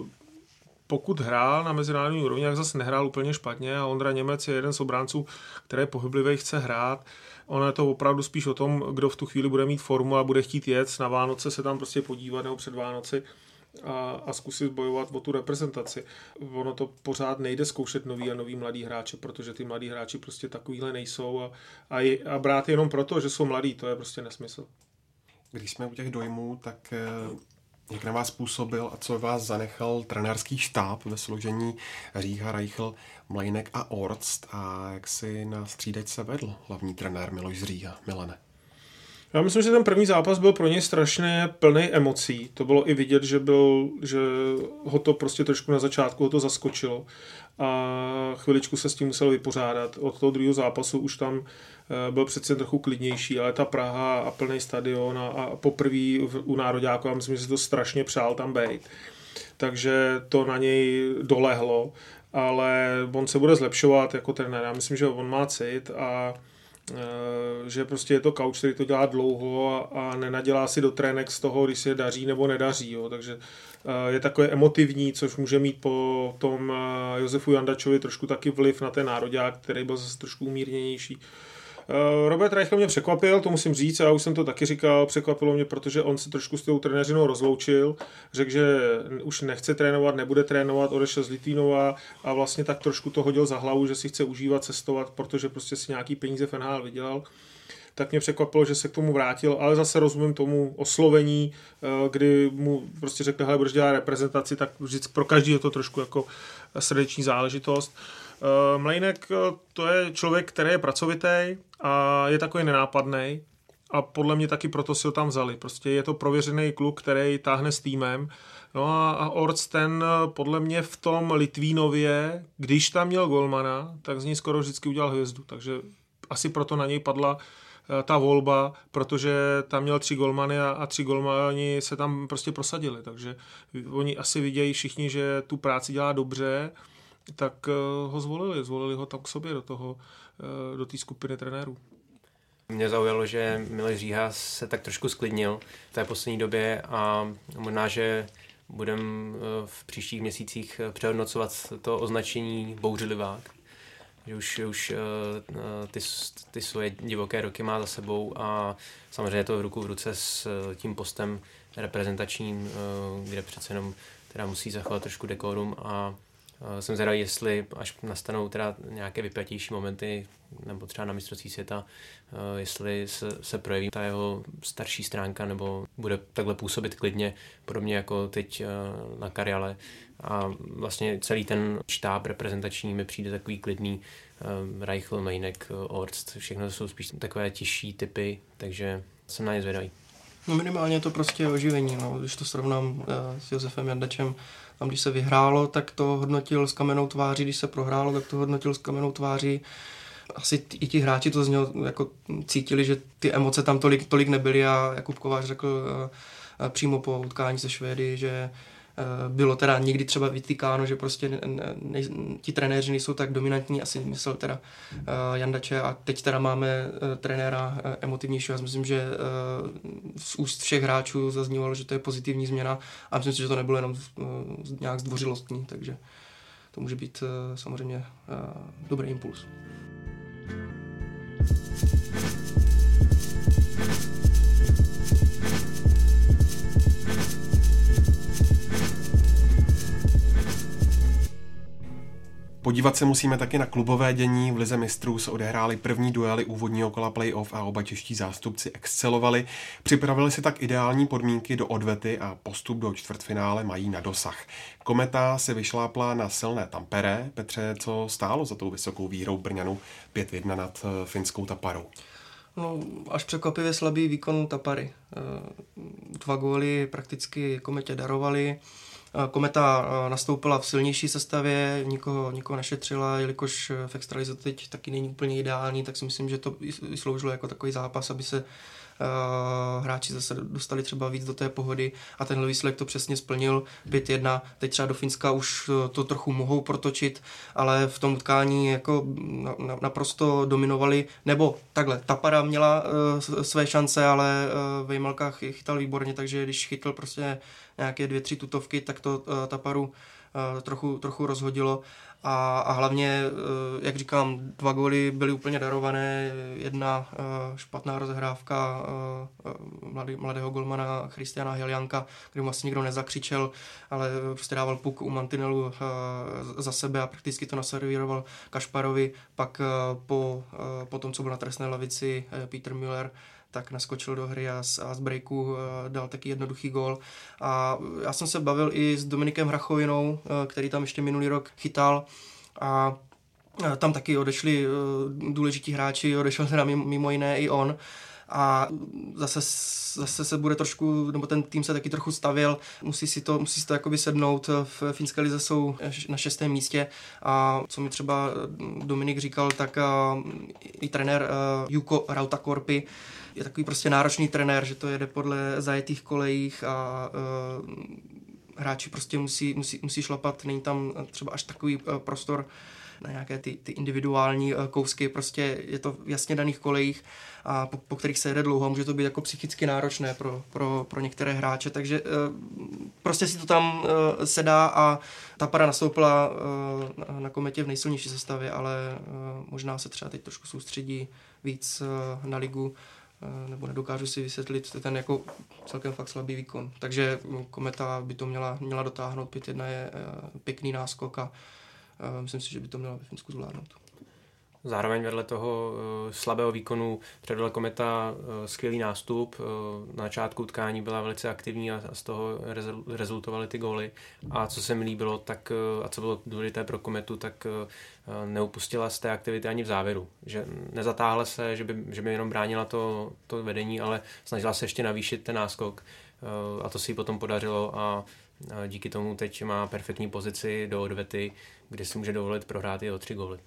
E: pokud hrál na mezinárodní úrovni, tak zase nehrál úplně špatně a Ondra Němec je jeden z obránců, který pohyblivý, chce hrát. Ono je to opravdu spíš o tom, kdo v tu chvíli bude mít formu a bude chtít jet na Vánoce se tam prostě podívat nebo před Vánoci a, a zkusit bojovat o tu reprezentaci. Ono to pořád nejde zkoušet nový a nový mladý hráče, protože ty mladí hráči prostě takovýhle nejsou a, a, je, a brát jenom proto, že jsou mladí, to je prostě nesmysl.
D: Když jsme u těch dojmů, tak jak na vás působil a co vás zanechal trenérský štáb ve složení Říha, Reichl, Mlejnek a Orst a jak si na střídačce vedl hlavní trenér Miloš Říha? Milane.
E: Já myslím, že ten první zápas byl pro něj strašně plný emocí. To bylo i vidět, že, byl, že ho to prostě trošku na začátku ho to zaskočilo a chviličku se s tím musel vypořádat. Od toho druhého zápasu už tam byl přece trochu klidnější, ale ta Praha a plný stadion a, a poprvé u nároďáku, já myslím, že si to strašně přál tam bejt. Takže to na něj dolehlo, ale on se bude zlepšovat jako trenér. Já myslím, že on má cit a že prostě je to kauč, který to dělá dlouho a, a nenadělá si do trének z toho, když se daří nebo nedaří. Jo. Takže je takové emotivní, což může mít po tom Josefu Jandačovi trošku taky vliv na ten nároďák, který byl zase trošku umírněnější. Robert Reichl mě překvapil, to musím říct, já už jsem to taky říkal, překvapilo mě, protože on se trošku s tou trenéřinou rozloučil, řekl, že už nechce trénovat, nebude trénovat, odešel z Litvínova a vlastně tak trošku to hodil za hlavu, že si chce užívat, cestovat, protože prostě si nějaký peníze v N H L vydělal. Tak mě překvapilo, že se k tomu vrátil, ale zase rozumím tomu oslovení, kdy mu prostě řekl, hele, budeš dělat reprezentaci, tak vždycky pro každý je to trošku jako srdeční záležitost. Mlejnek to je člověk, který je pracovitý a je takový nenápadný a podle mě taky proto si ho tam vzali. Prostě je to prověřený kluk, který táhne s týmem. No a, a Orst ten podle mě v tom Litvínově, když tam měl golmana, tak z něj skoro vždycky udělal hvězdu. Takže asi proto na něj padla ta volba, protože tam měl tři golmany a, a tři golmani se tam prostě prosadili. Takže oni asi vidějí všichni, že tu práci dělá dobře, tak ho zvolili, zvolili ho tam k sobě do toho, do té skupiny trenérů.
F: Mě zaujalo, že Miloš Říha se tak trošku sklidnil v té poslední době a možná, že budeme v příštích měsících přehodnocovat to označení bouřlivák. Že už, už ty, ty svoje divoké roky má za sebou a samozřejmě je to ruku v ruce s tím postem reprezentačním, kde přece jenom teda musí zachovat trošku dekorum a jsem zvědavý, jestli až nastanou teda nějaké vypjatější momenty, nebo třeba na mistrovství světa, jestli se, se projeví ta jeho starší stránka, nebo bude takhle působit klidně, podobně jako teď na Karjale. A vlastně celý ten štáb reprezentační mi přijde takový klidný. Reichl, Mlejnek, Orst, všechno jsou spíš takové těžší typy, takže jsem na ně zvědavý.
G: No minimálně je to prostě oživení, no. Když to srovnám uh, s Josefem Jandačem, tam když se vyhrálo, tak to hodnotil s kamennou tváří, když se prohrálo, tak to hodnotil s kamennou tváří. Asi t- i ti hráči to z něho jako cítili, že ty emoce tam tolik, tolik nebyly a Jakub Kovář řekl uh, uh, přímo po utkání se Švédy, že uh, bylo teda někdy třeba vytýkáno, že prostě ne, ne, ti trenéři nejsou tak dominantní, asi myslel teda uh, Jandače a teď teda máme uh, trenéra uh, emotivnějšího. Já myslím, že uh, z úst všech hráčů zaznívalo, že to je pozitivní změna a myslím si, že to nebylo jenom uh, nějak zdvořilostní, takže to může být uh, samozřejmě uh, dobrý impuls.
D: Podívat se musíme taky na klubové dění. V Lize mistrů se odehrály první duely úvodního kola playoff a oba čeští zástupci excelovali. Připravili si tak ideální podmínky do odvety a postup do čtvrtfinále mají na dosah. Kometa se vyšlápla na silné Tampere. Petře, co stálo za tou vysokou výhrou Brňanů pět jedna nad finskou Taparou?
G: No, až překvapivě slabý výkon Tapary. Dva góly prakticky Kometě darovali. Kometa nastoupila v silnější sestavě, nikoho, nikoho nešetřila, jelikož v extralize teď taky není úplně ideální, tak si myslím, že to i sloužilo jako takový zápas, aby se Uh, hráči zase dostali třeba víc do té pohody a tenhle výsledek to přesně splnil. Pět jedna, teď třeba do Finska už to trochu mohou protočit, ale v tom utkání jako na, na, naprosto dominovali, nebo takhle, Tapara měla uh, své šance, ale uh, v Vejmalkách chytal výborně, takže když chytl prostě nějaké dvě, tři tutovky, tak to uh, Taparu uh, trochu, trochu rozhodilo. A, a hlavně, jak říkám, dva góly byly úplně darované, jedna špatná rozehrávka mladý, mladého golmana Christiana Helianka, který mu vlastně nikdo nezakřičel, ale prostě dával puk u mantinelu za sebe a prakticky to naservíroval Kašparovi. Pak po, po tom, co byl na trestné lavici Peter Müller, tak naskočil do hry a z, a z breaku uh, dal taky jednoduchý gól. A já jsem se bavil i s Dominikem Hrachovinou, uh, který tam ještě minulý rok chytal a uh, tam taky odešli uh, důležití hráči, odešel teda mimo, mimo jiné i on. A zase, zase se bude trošku, nebo ten tým se taky trochu stavěl, musí si to, musí si to jakoby sednout, v finské lize jsou na šestém místě a co mi třeba Dominik říkal, tak uh, i trenér uh, Juko Rautakorpi je takový prostě náročný trenér, že to jede podle zajetých kolejích a uh, hráči prostě musí, musí, musí šlapat, není tam třeba až takový uh, prostor na nějaké ty, ty individuální uh, kousky, prostě je to v jasně daných kolejích a po, po kterých se jede dlouho, může to být jako psychicky náročné pro, pro, pro některé hráče, takže uh, prostě si to tam uh, sedá a Tapara nastoupila uh, na, na Kometě v nejsilnější sestavě, ale uh, možná se třeba teď trošku soustředí víc uh, na ligu, nebo nedokážu si vysvětlit ten jako celkem fakt slabý výkon. Takže Kometa by to měla, měla dotáhnout, pět jedna je pěkný náskok a myslím si, že by to měla ve Finsku zvládnout.
F: Zároveň vedle toho uh, slabého výkonu předvedla Kometa uh, skvělý nástup. Uh, na začátku utkání byla velice aktivní a, a z toho rezul, rezultovaly ty góly. A co se mi líbilo, tak, uh, a co bylo důležité pro Kometu, tak uh, neupustila z té aktivity ani v závěru. Že nezatáhla se, že by, že by jenom bránila to, to vedení, ale snažila se ještě navýšit ten náskok. Uh, a to si jí potom podařilo a uh, díky tomu teď má perfektní pozici do odvety, kde si může dovolit prohrát i o tři góly.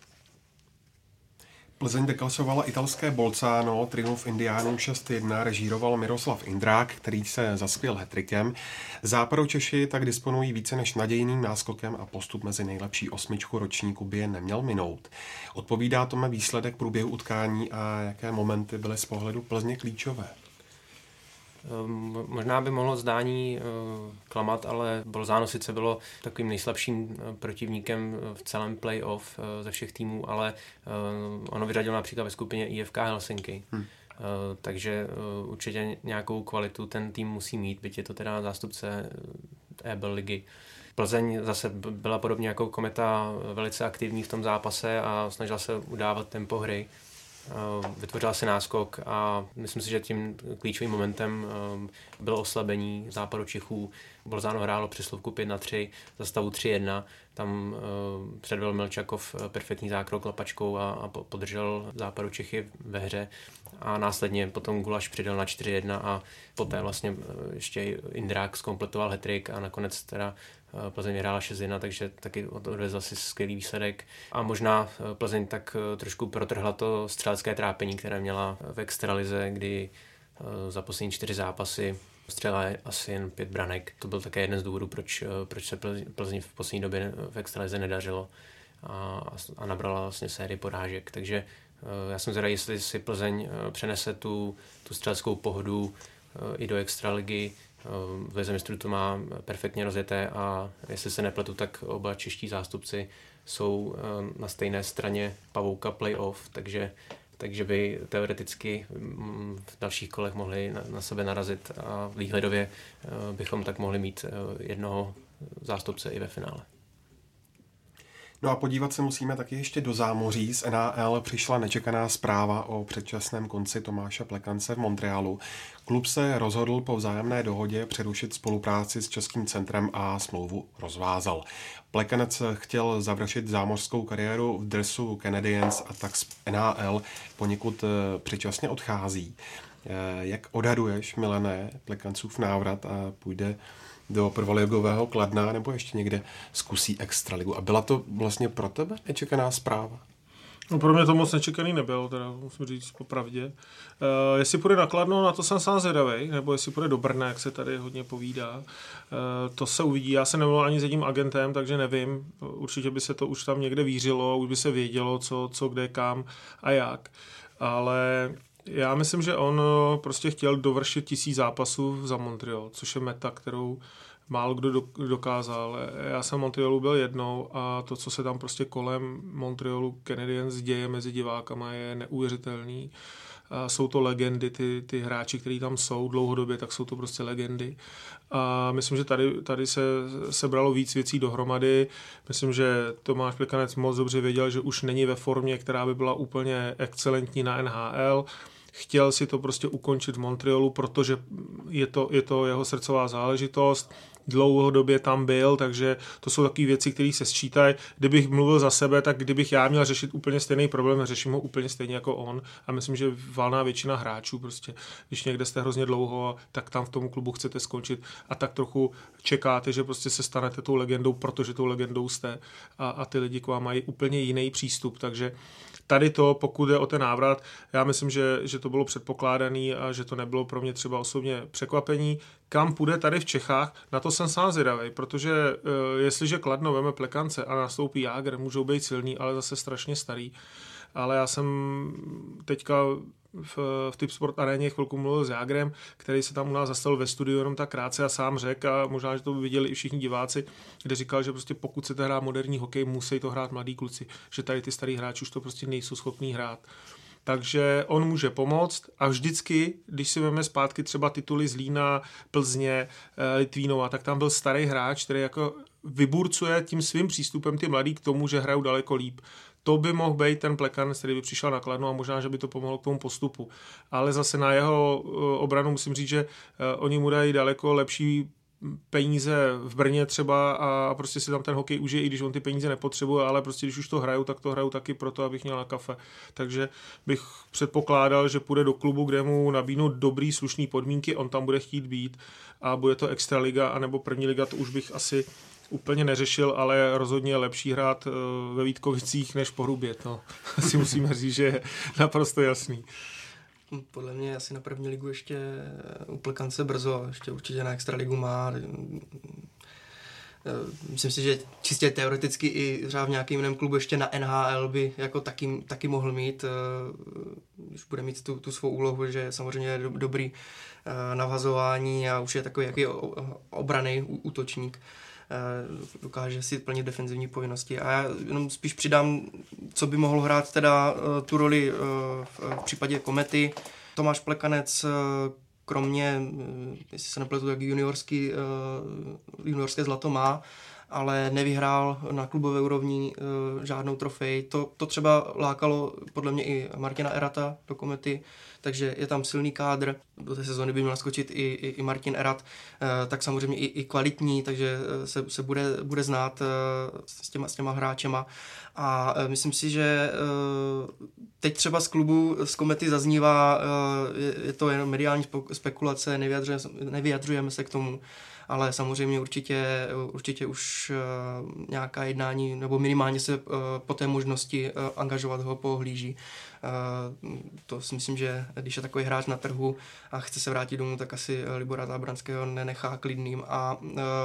D: Plzeň deklasovala italské Bolzano, triumf Indiánů šest jedna režíroval Miroslav Indrák, který se zaskvěl hat-trickem. Západočeši tak disponují více než nadějným náskokem a postup mezi nejlepší osmičku ročníku by je neměl minout. Odpovídá tomu výsledek průběhu utkání a jaké momenty byly z pohledu Plzně klíčové?
F: Možná by mohlo zdání klamat, ale Bolzano sice bylo takovým nejslabším protivníkem v celém play-off ze všech týmů, ale ono vyřadilo například ve skupině I F K Helsinki. Hmm. Takže určitě nějakou kvalitu ten tým musí mít, byť je to teda zástupce E B L ligy. Plzeň zase byla podobně jako Kometa velice aktivní v tom zápase a snažila se udávat tempo hry. Vytvořila si náskok a myslím si, že tím klíčovým momentem bylo oslabení západu Čechů. Bolzano hrálo přeslovku pět na tři za stavu tři jedna. Tam předvedl Melčakov perfektní zákrok lapačkou a, a podržel západu Čechy ve hře. A následně potom Gulaš přidal na čtyři jedna a poté vlastně ještě Indrák zkompletoval hat-trick a nakonec teda Plzeň vyhrála šest jedna, takže taky odvezla si skvělý výsledek. A možná Plzeň tak trošku protrhla to střelecké trápení, které měla v extralize, kdy za poslední čtyři zápasy střelila asi jen pět branek. To byl také jeden z důvodů, proč, proč se Plzeň v poslední době v extralize nedařilo a, a nabrala vlastně sérii porážek. Takže já jsem zvědavý, jestli si Plzeň přenese tu, tu střeleckou pohodu i do extraligy. V lize mistrů to má perfektně rozjeté a jestli se nepletu, tak oba čeští zástupci jsou na stejné straně pavouka playoff, takže, takže by teoreticky v dalších kolech mohli na, na sebe narazit a výhledově bychom tak mohli mít jednoho zástupce i ve finále.
D: No a podívat se musíme taky ještě do zámoří. Z N H L přišla nečekaná zpráva o předčasném konci Tomáše Plekance v Montrealu. Klub se rozhodl po vzájemné dohodě přerušit spolupráci s Českým centrem a smlouvu rozvázal. Plekanec chtěl završit zámořskou kariéru v dresu Canadiens a tak z N H L poněkud předčasně odchází. Jak odhaduješ, Milané, Plekancův návrat a půjde do prvoligového Kladna nebo ještě někde zkusí extraligu. A byla to vlastně pro tebe nečekaná zpráva?
E: No pro mě to moc nečekaný nebylo, teda musím říct popravdě. Uh, jestli půjde na Kladno, na to jsem sám zvědavej, nebo jestli půjde do Brna, jak se tady hodně povídá. Uh, to se uvidí. Já jsem nemluvil ani s jedním agentem, takže nevím. Určitě by se to už tam někde vířilo, už by se vědělo, co, co kde, kam a jak. Ale já myslím, že on prostě chtěl dovršit tisíc zápasů za Montreal, což je meta, kterou málo kdo dokázal. Já jsem v Montrealu byl jednou a to, co se tam prostě kolem Montrealu Canadiens děje mezi divákama, je neuvěřitelný. A jsou to legendy, ty, ty hráči, kteří tam jsou dlouhodobě, tak jsou to prostě legendy. A myslím, že tady, tady se sebralo víc věcí dohromady. Myslím, že Tomáš Plekanec moc dobře věděl, že už není ve formě, která by byla úplně excelentní na N H L. Chtěl si to prostě ukončit v Montrealu, protože je to, je to jeho srdcová záležitost. Dlouhodobě tam byl, takže to jsou takové věci, které se sčítají. Kdybych mluvil za sebe, tak kdybych já měl řešit úplně stejný problém, řeším ho úplně stejně jako on. A myslím, že valná většina hráčů prostě, když někde jste hrozně dlouho, tak tam v tom klubu chcete skončit a tak trochu čekáte, že prostě se stanete tou legendou, protože tou legendou jste a, a ty lidi k vám mají úplně jiný přístup, takže tady to, pokud je o ten návrat, já myslím, že, že to bylo předpokládaný a že to nebylo pro mě třeba osobně překvapení. Kam půjde tady v Čechách, na to jsem sám zvědavej, protože uh, jestliže Kladno veme Plekance a nastoupí Jágr, můžou být silný, ale zase strašně starý. Ale já jsem teďka v, v Tipsport aréně chvilku mluvil s Jágrem, který se tam u nás zastavil ve studiu jenom tak krátce a sám řekl, a možná, že to viděli i všichni diváci, kde říkal, že prostě pokud chcete hrát moderní hokej, musí to hrát mladí kluci, že tady ty starý hráči už to prostě nejsou schopní hrát. Takže on může pomoct a vždycky, když si vezmeme zpátky třeba tituly Zlína, Plzně, Litvínova, tak tam byl starý hráč, který jako vyburcuje tím svým přístupem ty mladí k tomu, že hrajou daleko líp. To by mohl být ten Plekanec, který by přišel na Kladno a možná, že by to pomohlo k tomu postupu. Ale zase na jeho obranu musím říct, že oni mu dají daleko lepší peníze v Brně třeba a prostě si tam ten hokej užije, i když on ty peníze nepotřebuje, ale prostě když už to hraju, tak to hraju taky proto, abych měl na kafe. Takže bych předpokládal, že půjde do klubu, kde mu nabídnou dobrý, slušný podmínky, on tam bude chtít být a bude to extraliga anebo první liga, to už bych asi úplně neřešil, ale rozhodně je lepší hrát ve Vítkovicích než po Hrubě. No, asi musíme říct, že je naprosto jasný.
G: Podle mě asi na první ligu ještě u Plekance brzo, ještě určitě na extraligu má. Myslím si, že čistě teoreticky i třeba v nějakým jiném klubu ještě na N H L by jako taky, taky mohl mít, když bude mít tu, tu svou úlohu, že samozřejmě je dobrý navazování a už je takový jaký obranný útočník. Dokáže si plnit defenzivní povinnosti. A já jenom spíš přidám, co by mohl hrát teda tu roli v případě Komety. Tomáš Plekanec kromě, jestli se nepletu, tak juniorský, juniorské zlato má, ale nevyhrál na klubové úrovni žádnou trofej. To, to třeba lákalo podle mě i Martina Erata do Komety, takže je tam silný kádr, do té sezóny by měl skočit i, i, i Martin Erat, tak samozřejmě i, i kvalitní, takže se, se bude, bude znát s těma, s těma hráčema. A myslím si, že teď třeba z klubu z Komety zaznívá, je to jenom mediální spekulace, nevyjadřujeme, nevyjadřujeme se k tomu, ale samozřejmě určitě, určitě už nějaká jednání, nebo minimálně se po té možnosti angažovat ho pohlíží. To si myslím, že když je takový hráč na trhu a chce se vrátit domů, tak asi Libora Zábranského nenechá klidným. A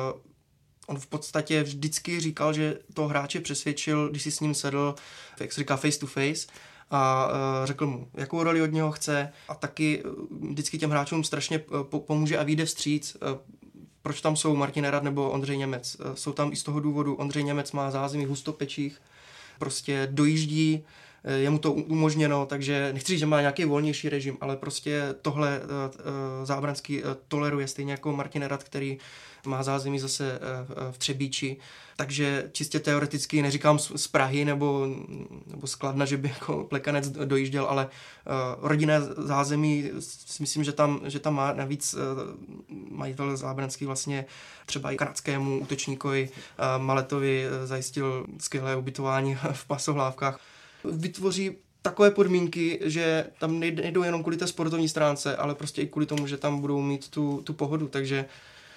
G: on v podstatě vždycky říkal, že toho hráče přesvědčil, když si s ním sedl, jak se říká, face to face, a řekl mu, jakou roli od něho chce, a taky vždycky těm hráčům strašně pomůže a vyjde vstříc. Proč tam jsou Martin Erat nebo Ondřej Němec? Jsou tam i z toho důvodu, Ondřej Němec má zázemí v hustopečích, prostě dojíždí, je mu to umožněno, takže nechci říct, že má nějaký volnější režim, ale prostě tohle Zábranský toleruje stejně jako Martin Erat, který má zázemí zase v Třebíči, takže čistě teoreticky neříkám z Prahy nebo, nebo z Kladna, že by jako Plekanec dojížděl, ale uh, rodinné zázemí si myslím, že tam, že tam má navíc uh, majitel Zábranský vlastně třeba i kanadskému útočníkovi uh, Maletovi uh, zajistil skvělé ubytování v pasohlávkách. Vytvoří takové podmínky, že tam nejdou jenom kvůli té sportovní stránce, ale prostě i kvůli tomu, že tam budou mít tu, tu pohodu, takže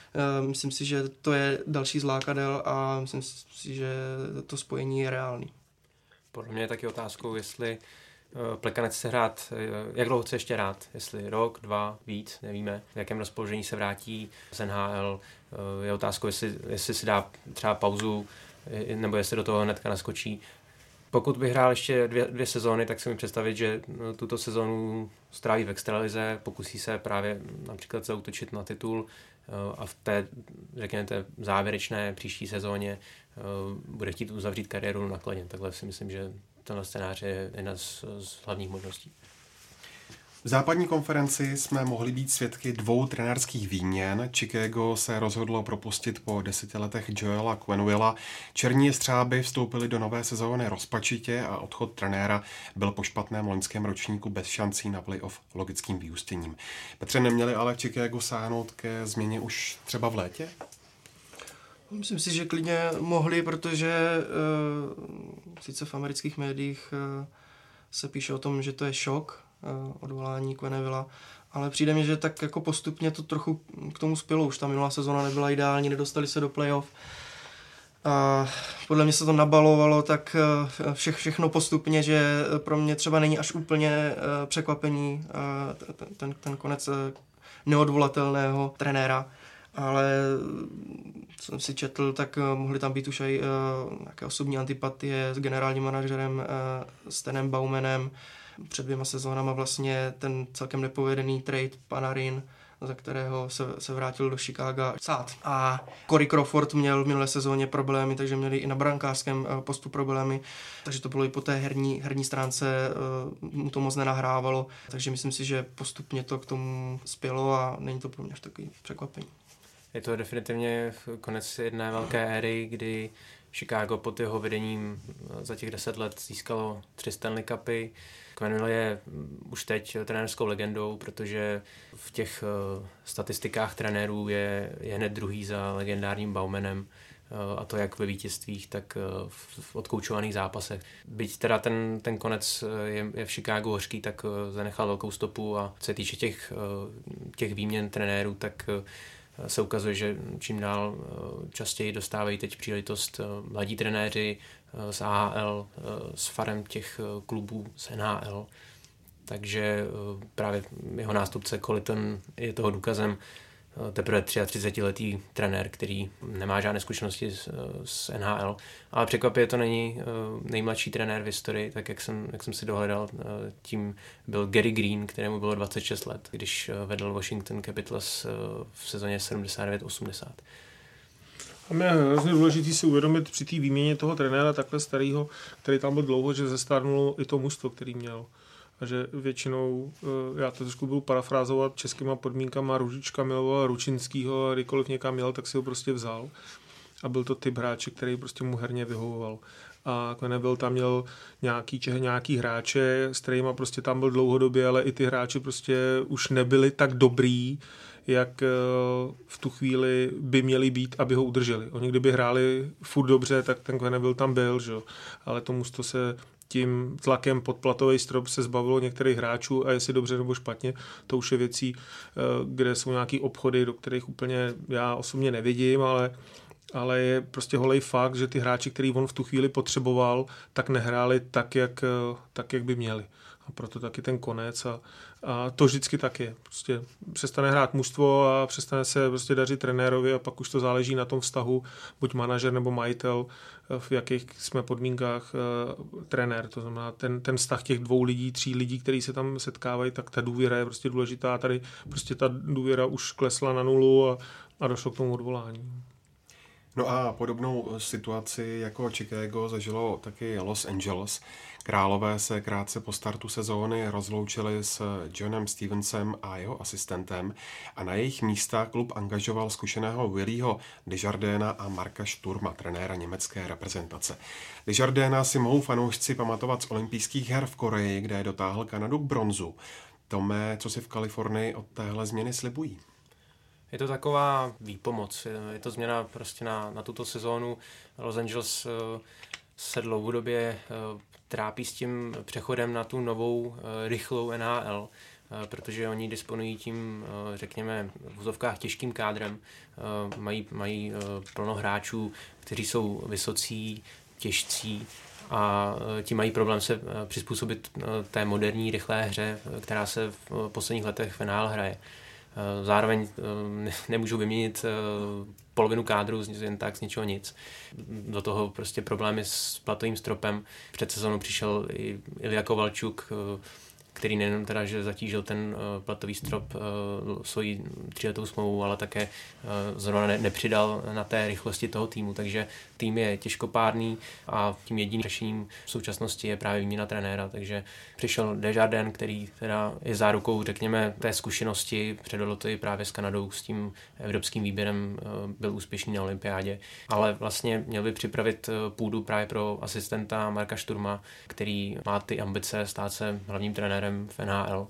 G: Myslím si, že to je další zlákadel a myslím si, že to spojení je reálný.
F: Podle mě je taky otázkou, jestli Plekanec chce hrát, jak dlouho chce ještě hrát, jestli rok, dva, víc, nevíme, v jakém rozpoložení se vrátí z N H L. Je otázkou, jestli, jestli si dá třeba pauzu, nebo jestli do toho hnedka naskočí. Pokud by hrál ještě dvě, dvě sezóny, tak si mi představit, že tuto sezónu stráví v extralize, pokusí se právě například zaútočit na titul a v té, řekněme, té závěrečné příští sezóně bude chtít uzavřít kariéru nakladně. Takhle si myslím, že tenhle scénář je jedna z, z hlavních možností.
D: V západní konferenci jsme mohli být svědky dvou trenérských výměn. Chicago se rozhodlo propustit po deseti letech Joela Quennevilla. Černí jestřáby vstoupili do nové sezóny rozpačitě a odchod trenéra byl po špatném loňském ročníku bez šancí na playoff logickým vyústěním. Petře, neměli ale v Chicago sáhnout ke změně už třeba v létě?
G: Myslím si, že klidně mohli, protože uh, sice v amerických médiích uh, se píše o tom, že to je šok, uh, odvolání Quennevilla, ale přijde mi, že tak jako postupně to trochu k tomu spělo. Už ta minulá sezona nebyla ideální, nedostali se do playoff. A podle mě se to nabalovalo tak uh, vše, všechno postupně, že pro mě třeba není až úplně uh, překvapení uh, ten, ten, ten konec uh, neodvolatelného trenéra. Ale jsem si četl, tak mohly tam být už i uh, nějaké osobní antipatie s generálním manažerem uh, Stanem Baumanem. Před dvěma sezónama vlastně ten celkem nepovedený trade Panarin, za kterého se, se vrátil do Chicaga sát. A Corey Crawford měl v minulé sezóně problémy, takže měli i na brankářském uh, postu problémy, takže to bylo i po té herní, herní stránce, uh, mu to moc nenahrávalo, takže myslím si, že postupně to k tomu spělo a není to pro mě až takový překvapení. Je
F: to definitivně konec jedné velké éry, kdy Chicago pod jeho vedením za těch deset let získalo tři Stanley Cupy. Quenneville je už teď trenérskou legendou, protože v těch statistikách trenérů je, je hned druhý za legendárním Baumanem, a to jak ve vítězstvích, tak v odkoučovaných zápasech. Byť teda ten, ten konec je, je v Chicagu hořký, tak zanechal velkou stopu a co se týče těch, těch výměn trenérů, tak se ukazuje, že čím dál častěji dostávají teď příležitost mladí trenéři z A H L, s farem těch klubů z N H L. Takže právě jeho nástupce Colliton je toho důkazem. Teprve třiatřicetiletý trenér, který nemá žádné zkušenosti z, z N H L. Ale překvapivě to není nejmladší trenér v historii, tak jak jsem, jak jsem si dohledal, tím byl Gary Green, kterému bylo dvacet šest let, když vedl Washington Capitals v sezóně sedmdesát devět osmdesát.
E: A mě je hrozně důležitý si uvědomit při té výměně toho trenéra takhle starého, který tam byl dlouho, že zestárnulo i to mužstvo, který měl. A že většinou, já to trošku budu parafrázovat, českýma podmínkama Růžička miloval Ručinskýho a kdykoliv někam jel, tak si ho prostě vzal. A byl to typ hráče, který prostě mu herně vyhovoval. A Quenneville tam měl nějaký, nějaký hráče, s kterýma prostě tam byl dlouhodobě, ale i ty hráči prostě už nebyli tak dobrý, jak v tu chvíli by měli být, aby ho udrželi. Oni kdyby hráli furt dobře, tak ten Quenneville tam byl, že? Ale tomu to se tím tlakem pod platový strop se zbavilo některých hráčů a jestli dobře nebo špatně, to už je věcí, kde jsou nějaký obchody, do kterých úplně já osobně nevidím, ale, ale je prostě holej fakt, že ty hráči, který on v tu chvíli potřeboval, tak nehráli tak, jak, tak, jak by měli. A proto taky ten konec a, a to vždycky tak je. Prostě přestane hrát mužstvo a přestane se prostě dařit trenérovi a pak už to záleží na tom vztahu, buď manažer nebo majitel, v jakých jsme podmínkách uh, trenér. To znamená ten, ten vztah těch dvou lidí, tří lidí, kteří se tam setkávají, tak ta důvěra je prostě důležitá. Tady prostě ta důvěra už klesla na nulu a, a došlo k tomu odvolání.
D: No a podobnou situaci jako Chicago zažilo taky Los Angeles. Králové se krátce po startu sezóny rozloučili s Johnem Stevensem a jeho asistentem a na jejich místa klub angažoval zkušeného Willieho Desjardinsa a Marka Sturma, trenéra německé reprezentace. Desjardinsa si mohou fanoušci pamatovat z olympijských her v Koreji, kde dotáhl Kanadu k bronzu. Tome, co si v Kalifornii od téhle změny slibují?
F: Je to taková výpomoc, je to změna prostě na, na tuto sezónu. Los Angeles se dlouhodobě trápí s tím přechodem na tu novou rychlou N H L protože oni disponují tím, řekněme, v vozovkách těžkým kádrem, mají, mají plno hráčů, kteří jsou vysocí, těžcí a ti mají problém se přizpůsobit té moderní, rychlé hře, která se v posledních letech v N H L hraje. Zároveň nemůžu vyměnit polovinu kádru jen tak z ničeho nic. Do toho prostě problémy s platovým stropem. Před sezónou přišel i Ilja Kovalčuk, který nejenom teda, že zatížil ten platový strop svojí tříletou smlouvou, ale také zrovna ne, nepřidal na té rychlosti toho týmu, takže tým je těžkopádný a tím jediným řešením v současnosti je právě výměna trenéra, takže přišel Desjardins, který teda je zárukou, řekněme, té zkušenosti, předvedl to i právě s Kanadou, s tím evropským výběrem byl úspěšný na olympiádě, ale vlastně měl by připravit půdu právě pro asistenta Marka Šturma, který má ty ambice stát se hlavním trenérem v N H L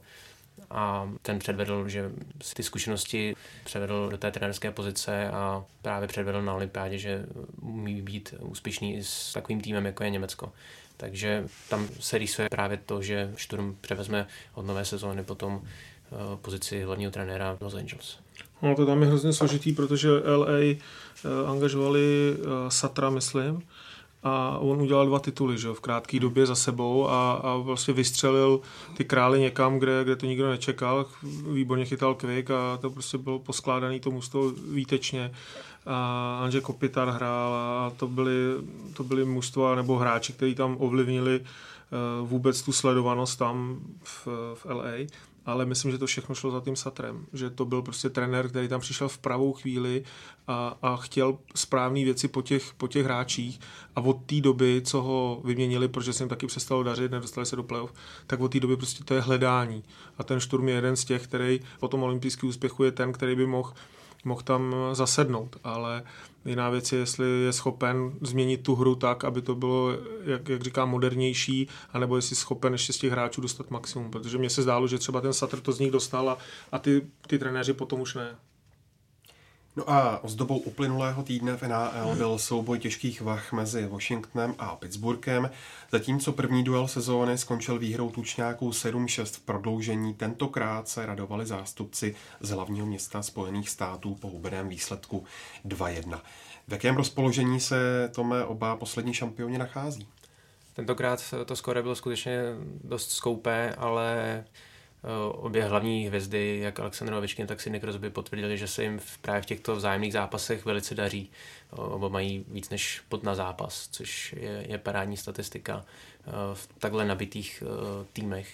F: a ten předvedl, že si ty zkušenosti převedl do té trenérské pozice a právě předvedl na olympiádě, že umí být úspěšný i s takovým týmem, jako je Německo. Takže tam se rýsuje právě to, že Šturm převezme od nové sezóny potom pozici hlavního trenéra Los Angeles.
E: No to tam je hrozně složitý, protože L A angažovali Satra, myslím, a on udělal dva tituly, že, v krátké době za sebou a, a vlastně vystřelil ty krály někam, kde, kde to nikdo nečekal. Výborně chytal Quick a to prostě bylo poskládané to mužstvo výtečně. A Andrzej Kopitar hrál a to byly, to byly mužstva nebo hráči, kteří tam ovlivnili uh, vůbec tu sledovanost tam v, v L A. Ale myslím, že to všechno šlo za tím Satrem, že to byl prostě trenér, který tam přišel v pravou chvíli a, a chtěl správné věci po těch, po těch hráčích a od té doby, co ho vyměnili, protože se jim taky přestalo dařit, nedostali se do playoff, tak od té doby prostě to je hledání a ten Šturm je jeden z těch, který po tom olympijském úspěchu je ten, který by mohl mohl tam zasednout, ale jiná věc je, jestli je schopen změnit tu hru tak, aby to bylo, jak, jak říkám, modernější, anebo jestli schopen ještě z těch hráčů dostat maximum, protože mně se zdálo, že třeba ten Satr to z nich dostal a, a ty, ty trenéři potom už ne.
D: No a ozdobou uplynulého týdne v N H L byl souboj těžkých vah mezi Washingtonem a Pittsburghem. Zatímco první duel sezóny skončil výhrou tučňáků sedm šest v prodloužení, tentokrát se radovali zástupci z hlavního města Spojených států po hubeném výsledku dva jedna. V jakém rozpoložení se, Tome, oba poslední šampioni nachází?
F: Tentokrát to skóre bylo skutečně dost skoupé, ale obě hlavní hvězdy, jak Alexander Ovečkin, tak Sidney Crosby potvrdili, že se jim v, právě v těchto vzájemných zápasech velice daří. Oba mají víc než bod na zápas, což je, je parádní statistika v takhle nabitých týmech.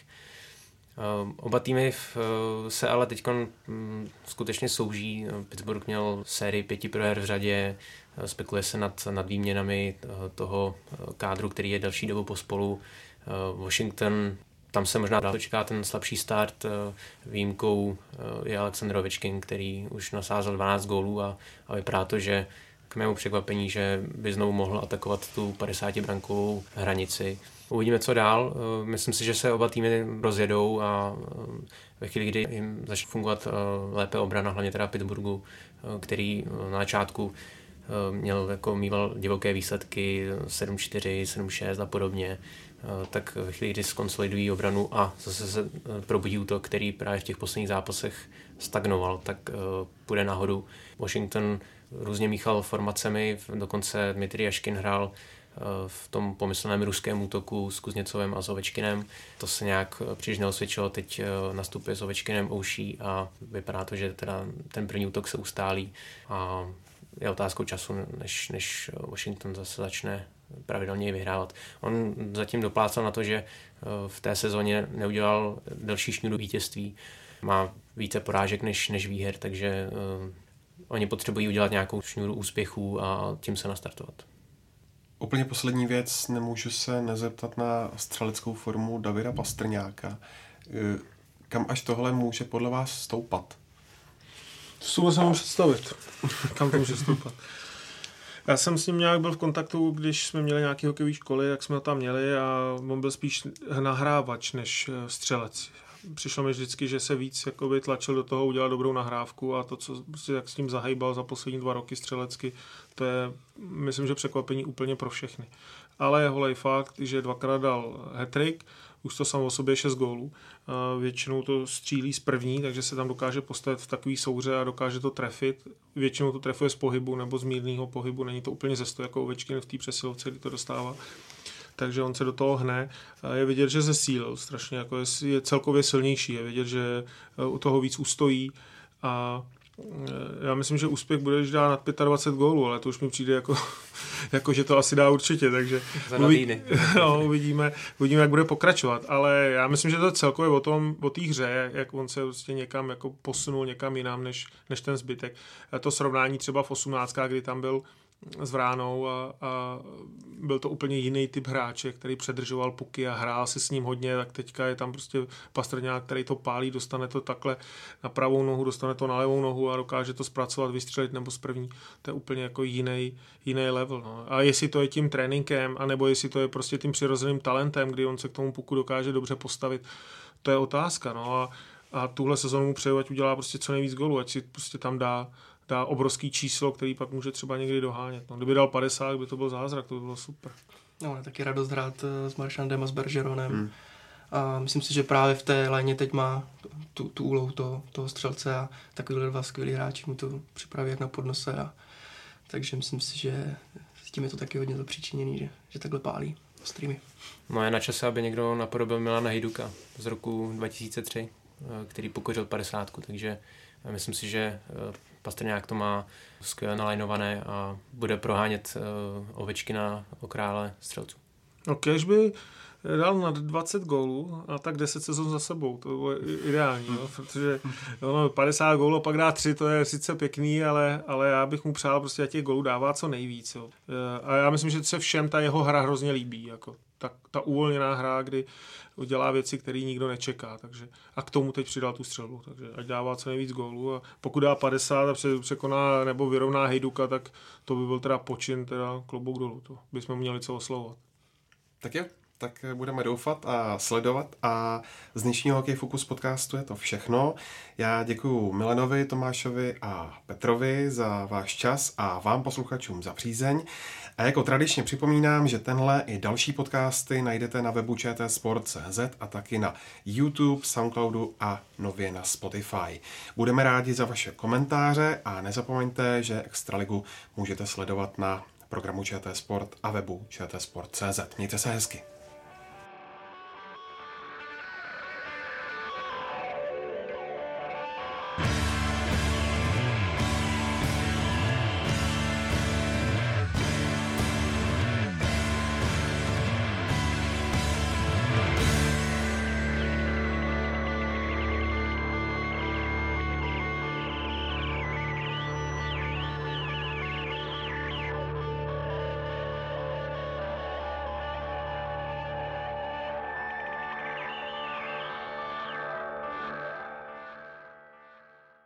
F: Oba týmy se ale teď skutečně souží. Pittsburgh měl sérii pěti proher v řadě, spekuluje se nad, nad výměnami toho kádru, který je delší dobu pospolu. Washington, tam se možná dál čeká ten slabší start. Výjimkou je Alexander Ovečkin, který už nasázel dvanáct gólů a, a vypadá to, že k mému překvapení, že by znovu mohl atakovat tu padesátibrankovou hranici. Uvidíme, co dál. Myslím si, že se oba týmy rozjedou a ve chvíli, kdy jim začne fungovat lépe obrana, hlavně teda Pittsburghu, který na začátku měl jako mýval divoké výsledky sedm čtyři, sedm šest a podobně, tak ve chvíli, kdy skonsolidují obranu a zase se probudí útok, který právě v těch posledních zápasech stagnoval, tak půjde nahoru. Washington různě míchal formacemi, dokonce Dmitrij Jaškin hrál v tom pomyslném ruském útoku s Kuzněcovem a s Ovečkinem. To se nějak příliš neosvědčilo, teď nastupuje s Ovečkinem Ouší a vypadá to, že teda ten první útok se ustálí a je otázkou času, než, než Washington zase začne pravidelně vyhrávat. On zatím doplácal na to, že v té sezóně neudělal delší šňůru vítězství. Má více porážek než, než výher, takže uh, oni potřebují udělat nějakou šňůru úspěchů a tím se nastartovat.
D: Úplně poslední věc, nemůžu se nezeptat na střeleckou formu Davida Pastrňáka. Kam až tohle může podle vás stoupat?
E: To si musím představit. Kam to může stoupat? Já jsem s ním nějak byl v kontaktu, když jsme měli nějaké hokejové školy, jak jsme ho tam měli a on byl spíš nahrávač než střelec. Přišlo mi vždycky, že se víc jakoby tlačil do toho udělat dobrou nahrávku a to, co prostě jak s ním zahejbal za poslední dva roky střelecky, to je, myslím, že překvapení úplně pro všechny. Ale je holej fakt, že dvakrát dal hat-trick, už to samo o sobě šest gólů. Většinou to střílí z první, takže se tam dokáže postavit v takový souře a dokáže to trefit. Většinou to trefuje z pohybu nebo z mírného pohybu, není to úplně ze sto jako Ovečkin v té přesilovce, kdy to dostává. Takže on se do toho hne. Je vidět, že zesílil strašně, jako je, je celkově silnější, je vidět, že u toho víc ustojí a já myslím, že úspěch bude, když dá nad dvacet pět gólů, ale to už mi přijde jako, jako že to asi dá určitě, takže uvidí, no, uvidíme, uvidíme, jak bude pokračovat, ale já myslím, že to je celkově o tom, o té hře, jak on se prostě někam jako posunul někam jinam, než, než ten zbytek. To srovnání třeba v osmnáctkách, kdy tam byl s Vránou a, a byl to úplně jiný typ hráče, který předržoval puky a hrál si s ním hodně, tak teďka je tam prostě Pastrňák, který to pálí, dostane to takhle na pravou nohu, dostane to na levou nohu a dokáže to zpracovat, vystřelit nebo z první. To je úplně jako jiný, jiný level. No. A jestli to je tím tréninkem, anebo jestli to je prostě tím přirozeným talentem, kdy on se k tomu puku dokáže dobře postavit, to je otázka. No. A, a tuhle sezonu mu přeju, ať udělá prostě co nejvíc gólů, ať si prostě tam dá dá obrovský číslo, který pak může třeba někdy dohánět. No, kdyby dal padesát, by to byl zázrak, to by bylo super.
G: No, taky radost hrát s Marchandem a s Bergeronem. Hmm. A myslím si, že právě v té léně teď má tu, tu úlohu toho, toho střelce a takovýhle dva skvělí hráči mu to připraví jak na podnose. A, takže myslím si, že s tím je to taky hodně zapříčiněný, že, že takhle pálí streamy.
F: No je na čase, aby někdo napodobil Milana Hejduka z roku dva tisíce tři, který pokořil padesátku, takže myslím si, že Pastrňák to má skvěle nalajnované a bude prohánět uh, Ovečkina o krále střelců.
E: No kež by dal nad dvacet gólů a tak deset sezon za sebou, to bylo ideální, no, protože no, padesát gólů a pak dá tři, to je sice pěkný, ale, ale já bych mu přál prostě, ať těch gólů dává co nejvíc. Jo. A já myslím, že se všem ta jeho hra hrozně líbí, jako ta, ta uvolněná hra, kdy dělá věci, které nikdo nečeká, takže a k tomu teď přidal tu střelbu, takže ať dává co nejvíc gólů a pokud dá padesát a překoná nebo vyrovná Hejduka, tak to by byl teda počin, teda klobouk dolů, to bychom měli co oslovovat.
D: Tak jo, tak budeme doufat a sledovat a z dnešního Hokej Focus podcastu je to všechno. Já děkuju Milanovi, Tomášovi a Petrovi za váš čas a vám posluchačům za přízeň. A jako tradičně připomínám, že tenhle i další podcasty najdete na webu č t sport tečka c z a taky na YouTube, Soundcloudu a nově na Spotify. Budeme rádi za vaše komentáře a nezapomeňte, že Extraligu můžete sledovat na programu ČT Sport a webu č t sport tečka c z. Mějte se hezky.